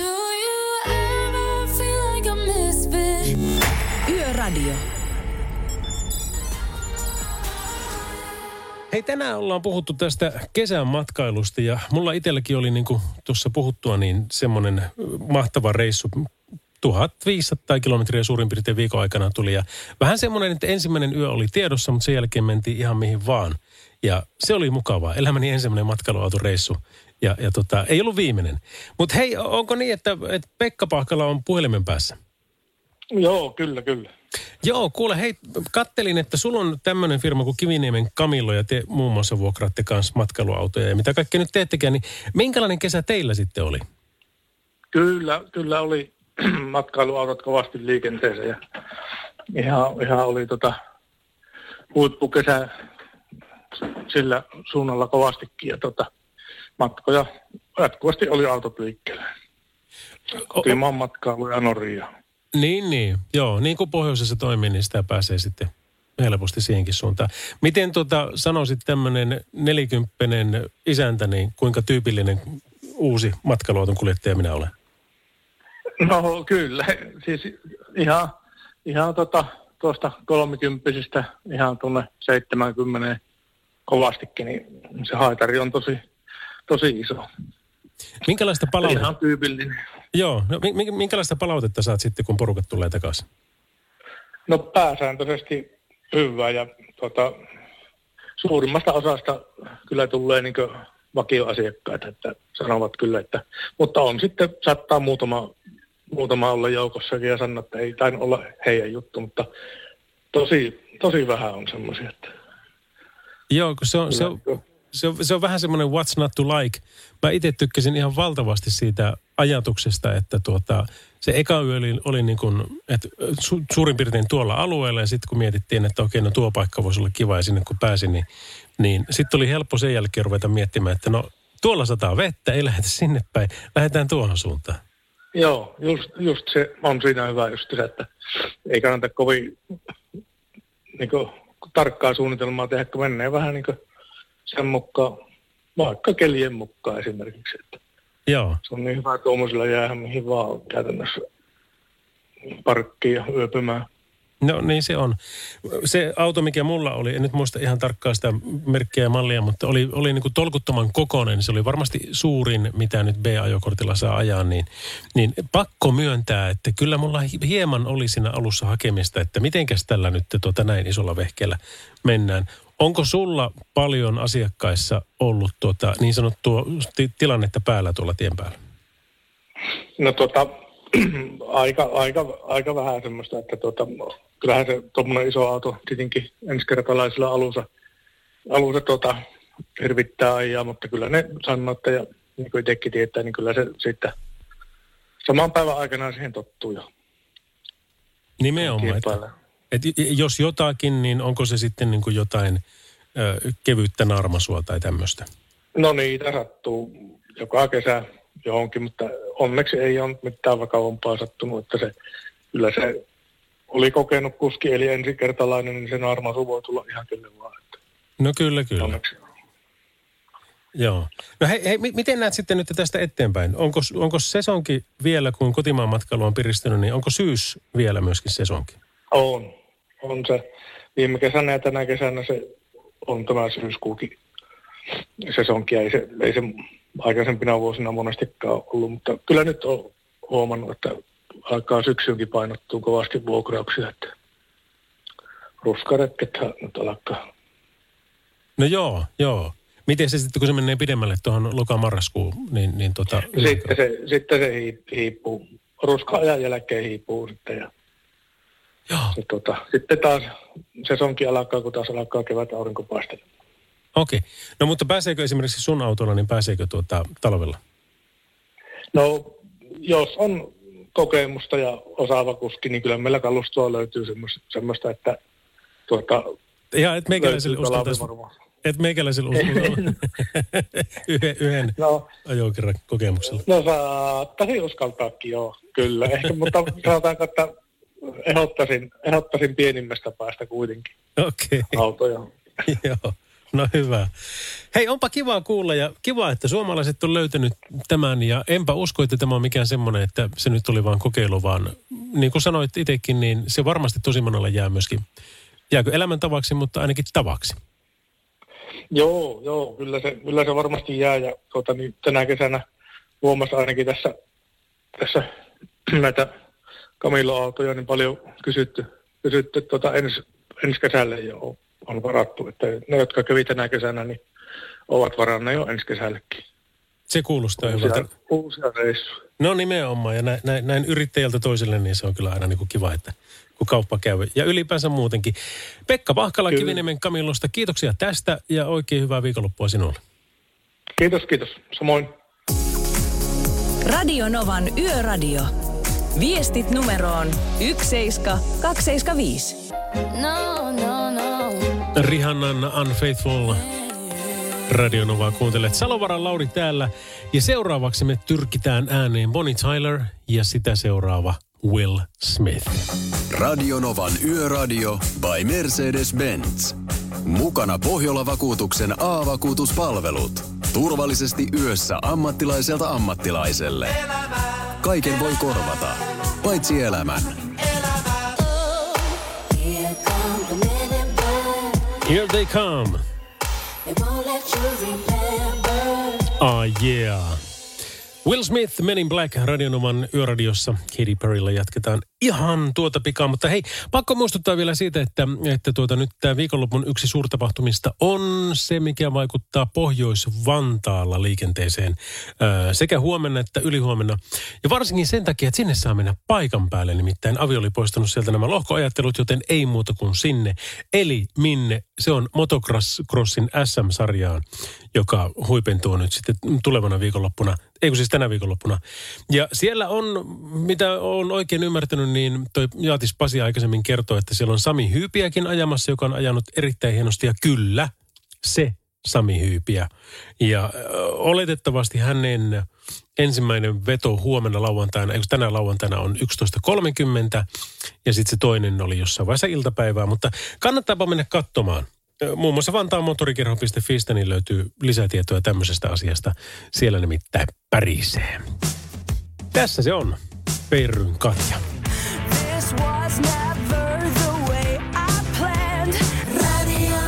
Yöradio. Hei, tänään ollaan puhuttu tästä kesän matkailusta ja mulla itselläkin oli niin kuin tuossa puhuttua niin semmoinen mahtava reissu. tuhatviisisataa kilometriä suurin piirtein viikon aikana tuli ja vähän semmoinen, että ensimmäinen yö oli tiedossa, mutta sen jälkeen mentiin ihan mihin vaan. Ja se oli mukavaa. Elämäni ensimmäinen matkailuautoreissu ja, ja tota, ei ollut viimeinen. Mutta hei, onko niin, että, että Pekka Pahkala on puhelimen päässä? Joo, kyllä, kyllä. Joo, kuule, hei, kattelin, että sulla on tämmöinen firma kuin Kiviniemen Camillo ja te muun muassa vuokraatte kanssa matkailuautoja ja mitä kaikkea nyt teettekään, niin minkälainen kesä teillä sitten oli? Kyllä, kyllä oli matkailuautot kovasti liikenteessä ja ihan, ihan oli tota huippukesä sillä suunnalla kovastikin ja tota matkoja jatkuvasti oli autot liikkeellä. Kotimaan matkailu ja Norjaa. Niin, niin. Joo, niin kuin pohjoisessa toimii, niin sitä pääsee sitten helposti siihenkin suuntaan. Miten tota, sanoisit tämmöinen nelikymppinen isäntä, niin kuinka tyypillinen uusi matkailuauton kuljettaja minä olen? No kyllä, siis ihan, ihan tota, tuosta kolmikymppisistä ihan tuonne seitsemänkymmenen kovastikin, niin se haitari on tosi, tosi iso. Minkälaista palautetta? Ihan tyypillinen. Joo, no minkälaista palautetta saat sitten, kun porukat tulee takaisin? No pääsääntöisesti hyvää ja tota, suurimmasta osasta kyllä tulee niin kuin vakioasiakkaita, että sanovat kyllä, että, mutta on sitten, saattaa muutama, muutama olla joukossakin ja sanoa, että ei tainnut olla heidän juttu, mutta tosi, tosi vähän on semmoisia, että... Joo, se on, se on, se on, se on vähän semmoinen what's not to like. Mä itse tykkäsin ihan valtavasti siitä ajatuksesta, että tuota, se eka yö oli, oli niin kuin, että su, suurin piirtein tuolla alueella ja sitten kun mietittiin, että okei, no tuo paikka voisi olla kiva ja sinne kun pääsin, niin, niin sitten oli helppo sen jälkeen ruveta miettimään, että no tuolla sataa vettä, ei lähdetä sinne päin, lähdetään tuohon suuntaan. Joo, just, just se on siinä hyvä just se, että ei kannata kovin niin kuin, tarkkaa suunnitelmaa tehdä, kun menee vähän niin kuin sen mukaan, vaikka kelien mukaan esimerkiksi, että joo. Se on niin hyvä tuommoisilla jäädä mihin vaan käytännössä parkkiin ja yöpymään. No niin se on. Se auto, mikä mulla oli, en nyt muista ihan tarkkaan sitä merkkiä ja mallia, mutta oli, oli niin kuin tolkuttoman kokoinen. Se oli varmasti suurin, mitä nyt B-ajokortilla saa ajaa, niin, niin pakko myöntää, että kyllä mulla hieman oli siinä alussa hakemista, että mitenkäs tällä nyt tuota näin isolla vehkeellä mennään. Onko sulla paljon asiakkaissa ollut tuota, niin sanottua t- tilannetta päällä tuolla tien päällä? No tota, aika, aika, aika vähän semmoista, että tota, kyllähän se tuommoinen iso auto tietenkin ensikertalaisilla alussa, alussa tota, hirvittää ajaa, mutta kyllä ne sanoo, että ja niin kuin itsekin tietää, niin kyllä se sitten saman päivän aikana siihen tottuu jo. Nimenomaan, että, että jos jotakin, niin onko se sitten niin kuin jotain ö, kevyttä naarmasua tai tämmöistä? No niitä sattuu joka kesä johonkin, mutta onneksi ei ole mitään vakavampaa sattunut, että se, kyllä se oli kokenut kuski, eli ensikertalainen, niin se naarmaisu voi tulla ihan kyllä vaan. Että no kyllä, kyllä. Onneksi. Joo. No hei, hei, miten näet sitten nyt tästä eteenpäin? Onko, onko sesonki vielä, kun kotimaan matkailu on piristynyt, niin onko syys vielä myöskin sesonki? On. On se. Viime kesänä ja tänä kesänä se on tämä syyskuukin sesonki. Ei se, ei se aikaisempina vuosina monestikaan ollut, mutta kyllä nyt on huomannut, että alkaa syksyynkin painottuu kovasti vuokrauksia, että ruskaretkethän nyt alkaa. No joo, joo. Miten se sitten, kun se menee pidemmälle tuohon loka-marraskuun, niin, niin tota... Sitten se, sitten se hiipuu. Ruska-ajan jälkeen hiipuu sitten ja joo. Se, tota, sitten taas sesonkin alkaa, kun taas alkaa kevät aurinko paistelemaan. Okei. Okay. No mutta pääseekö esimerkiksi sun autolla, niin pääseekö tuota talvella? No, jos on kokemusta ja osaava kuski, niin kyllä meillä kalustoa löytyy semmoista, semmoista että tuota... Ja et meikäläiselle uskaltaisi... Et meikäläisellä uskaltaisi yhden, yhden no, ajokerran kokemuksella. No saattaisin uskaltaakin, joo, kyllä. Ehkä, mutta sanotaanko, että ehdottaisin, ehdottaisin pienimmästä päästä kuitenkin okay. autoja. Joo, no hyvä. Hei, onpa kiva kuulla ja kiva, että suomalaiset on löytänyt tämän ja enpä usko, että tämä on mikään semmoinen, että se nyt oli vaan kokeilu, vaan niin kuin sanoit itsekin, niin se varmasti tosi monella jää myöskin, jääkö elämäntavaksi, mutta ainakin tavaksi. Joo, joo, kyllä se, kyllä se varmasti jää ja tuota, niin tänä kesänä huomasi ainakin tässä, tässä näitä Camillo-autoja niin paljon kysytty, kysytty tuota ens, ensi kesälle jo on varattu, että ne, jotka kävi tänä kesänä, niin ovat varanneet jo ensi kesällekin. Se kuulostaa uusia, hyvältä. Uusia reissuja. No nimenomaan, ja näin, näin, näin yrittäjältä toiselle, niin se on kyllä aina niin kuin kiva, että kun kauppa käy. Ja ylipäänsä muutenkin. Pekka Pahkala Kiviniemen Camillosta, kiitoksia tästä ja oikein hyvää viikonloppua sinulle. Kiitos, kiitos. Samoin. Radio Novan Yöradio. Viestit numeroon yksi seitsemän kaksi seitsemän viisi. No, no, no. Rihannan Unfaithful. Radio Novaa kuuntelet. Salovaran Lauri täällä. Ja seuraavaksi me tyrkitään ääneen Bonnie Tyler ja sitä seuraava Will Smith. Radio Novan Yöradio by Mercedes-Benz. Mukana Pohjola-vakuutuksen A-vakuutuspalvelut. Turvallisesti yössä ammattilaiselta ammattilaiselle. Kaiken voi korvata, paitsi elämän. Here they come. Ah yeah. Will Smith, Men in Black, Radionovan Yöradiossa. Katy Perryllä jatketaan ihan tuota pikaa. Mutta hei, pakko muistuttaa vielä siitä, että, että tuota, nyt tämä viikonlopun yksi suurtapahtumista on se, mikä vaikuttaa Pohjois-Vantaalla liikenteeseen ää, sekä huomenna että ylihuomenna. Ja varsinkin sen takia, että sinne saa mennä paikan päälle. Nimittäin Avi oli poistanut sieltä nämä lohkoajattelut, joten ei muuta kuin sinne. Eli minne? Se on Motocrossin S M-sarjaan, joka huipentuu nyt sitten tulevana viikonloppuna. Ei kun siis tänä viikonloppuna. Ja siellä on, mitä olen oikein ymmärtänyt, niin toi Jaatis Pasi aikaisemmin kertoi, että siellä on Sami Hyypiäkin ajamassa, joka on ajanut erittäin hienosti. Ja kyllä, se Sami Hyypiä. Ja äh, oletettavasti hänen ensimmäinen veto huomenna lauantaina, eikö tänään lauantaina on yksitoista kolmekymmentä. Ja sitten se toinen oli jossain vaiheessa iltapäivää, mutta kannattaapa mennä katsomaan. Muun muassa vantaan motorikerho piste fistä niin löytyy lisätietoja tämmöisestä asiasta. Siellä nimittäin pärisee. Tässä se on. Perryn Katja. This was never the way I planned. Radio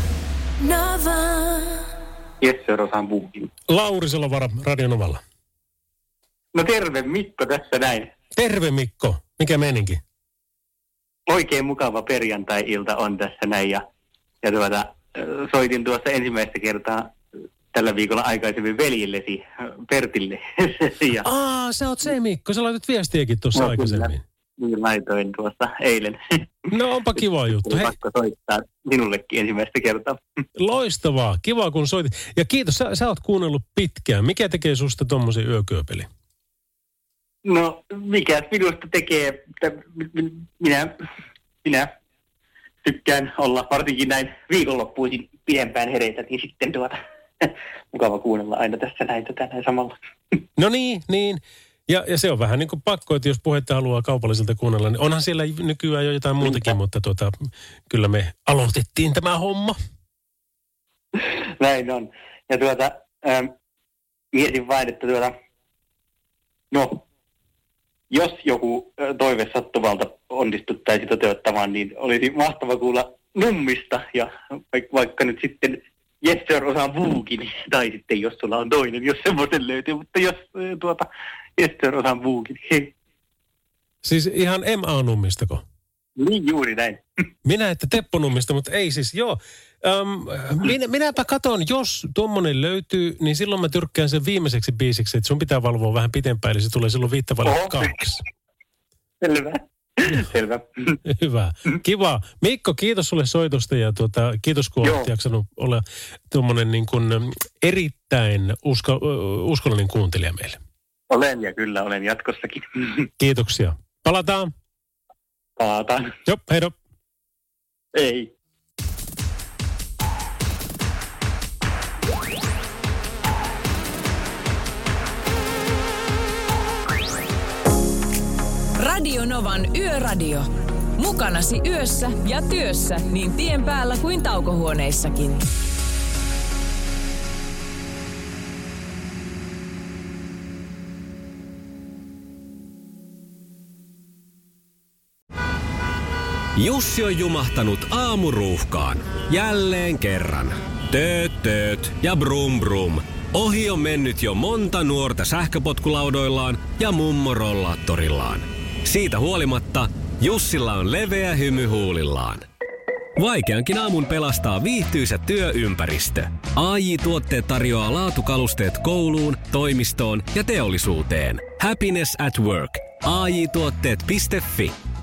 Nova. Jesse Rosan buukin. Lauri Salovara Radio Novalla. No terve, Mikko tässä näin. Terve Mikko. Mikä meininki? Oikein mukava perjantai-ilta on tässä näin ja Ja tuota, soitin tuossa ensimmäistä kertaa tällä viikolla aikaisemmin veljillesi, Pertille. ja, Aa, sä oot se Mikko, sä laitat viestiäkin tuossa no, aikaisemmin. Niin laitoin tuossa eilen. No onpa kiva juttu. Hei. Pakko soittaa minullekin ensimmäistä kertaa. Loistavaa, kiva kun soitit. Ja kiitos, sä, sä oot kuunnellut pitkään. Mikä tekee susta tommosen yökyöpeli? No, mikä minusta tekee, että minä... minä tykkään olla varsinkin näin viikonloppuisin pidempään hereitä, niin sitten tuota mukava kuunnella aina tässä näitä tänään samalla. No niin, niin. Ja, ja se on vähän niin kuin pakko, että jos puhetta haluaa kaupallisilta kuunnella, niin onhan siellä nykyään jo jotain muutakin, Mitä? mutta tuota, kyllä me aloitettiin tämä homma. Näin on. Ja tuota, ähm, mietin vain, että tuota, no, jos joku toive sattumalta onnistuttaisi toteuttamaan, niin olisi mahtava kuulla Nummista ja vaikka nyt sitten Yes Sir osaan Vuukin, tai sitten jos sulla on toinen, jos semmoisen löytyy, mutta jos tuota Yes Sir osaan Vuukin, hei. Siis ihan M A-nummistako? Niin juuri näin. Minä että Teppo Nummista, mutta ei siis, joo. Öm, minä, minäpä katon, jos tuommoinen löytyy, niin silloin mä tyrkkään sen viimeiseksi biisiksi, että sun pitää valvoa vähän pitempään, eli se tulee silloin viittavalle kaksi. Selvä. Selvä. Hyvä. Kiva. Mikko, kiitos sulle soitosta ja tuota, kiitos kun olet jaksanut olla tuommoinen niin kuin erittäin usko, uskollinen kuuntelija meille. Olen ja kyllä olen jatkossakin. Kiitoksia. Palataan. Palataan. Joo, heido. Ei. Radio Novan Yöradio. Mukanasi yössä ja työssä niin tien päällä kuin taukohuoneissakin. Jussi on jumahtanut aamuruuhkaan. Jälleen kerran. Tööt, tööt ja brum brum. Ohi on mennyt jo monta nuorta sähköpotkulaudoillaan ja mummorollaattorillaan. Siitä huolimatta Jussilla on leveä hymy huulillaan. Vaikeankin aamun pelastaa viihtyisä työympäristö. A J-tuotteet tarjoaa laatukalusteet kouluun, toimistoon ja teollisuuteen. Happiness at work. A J tuotteet piste fi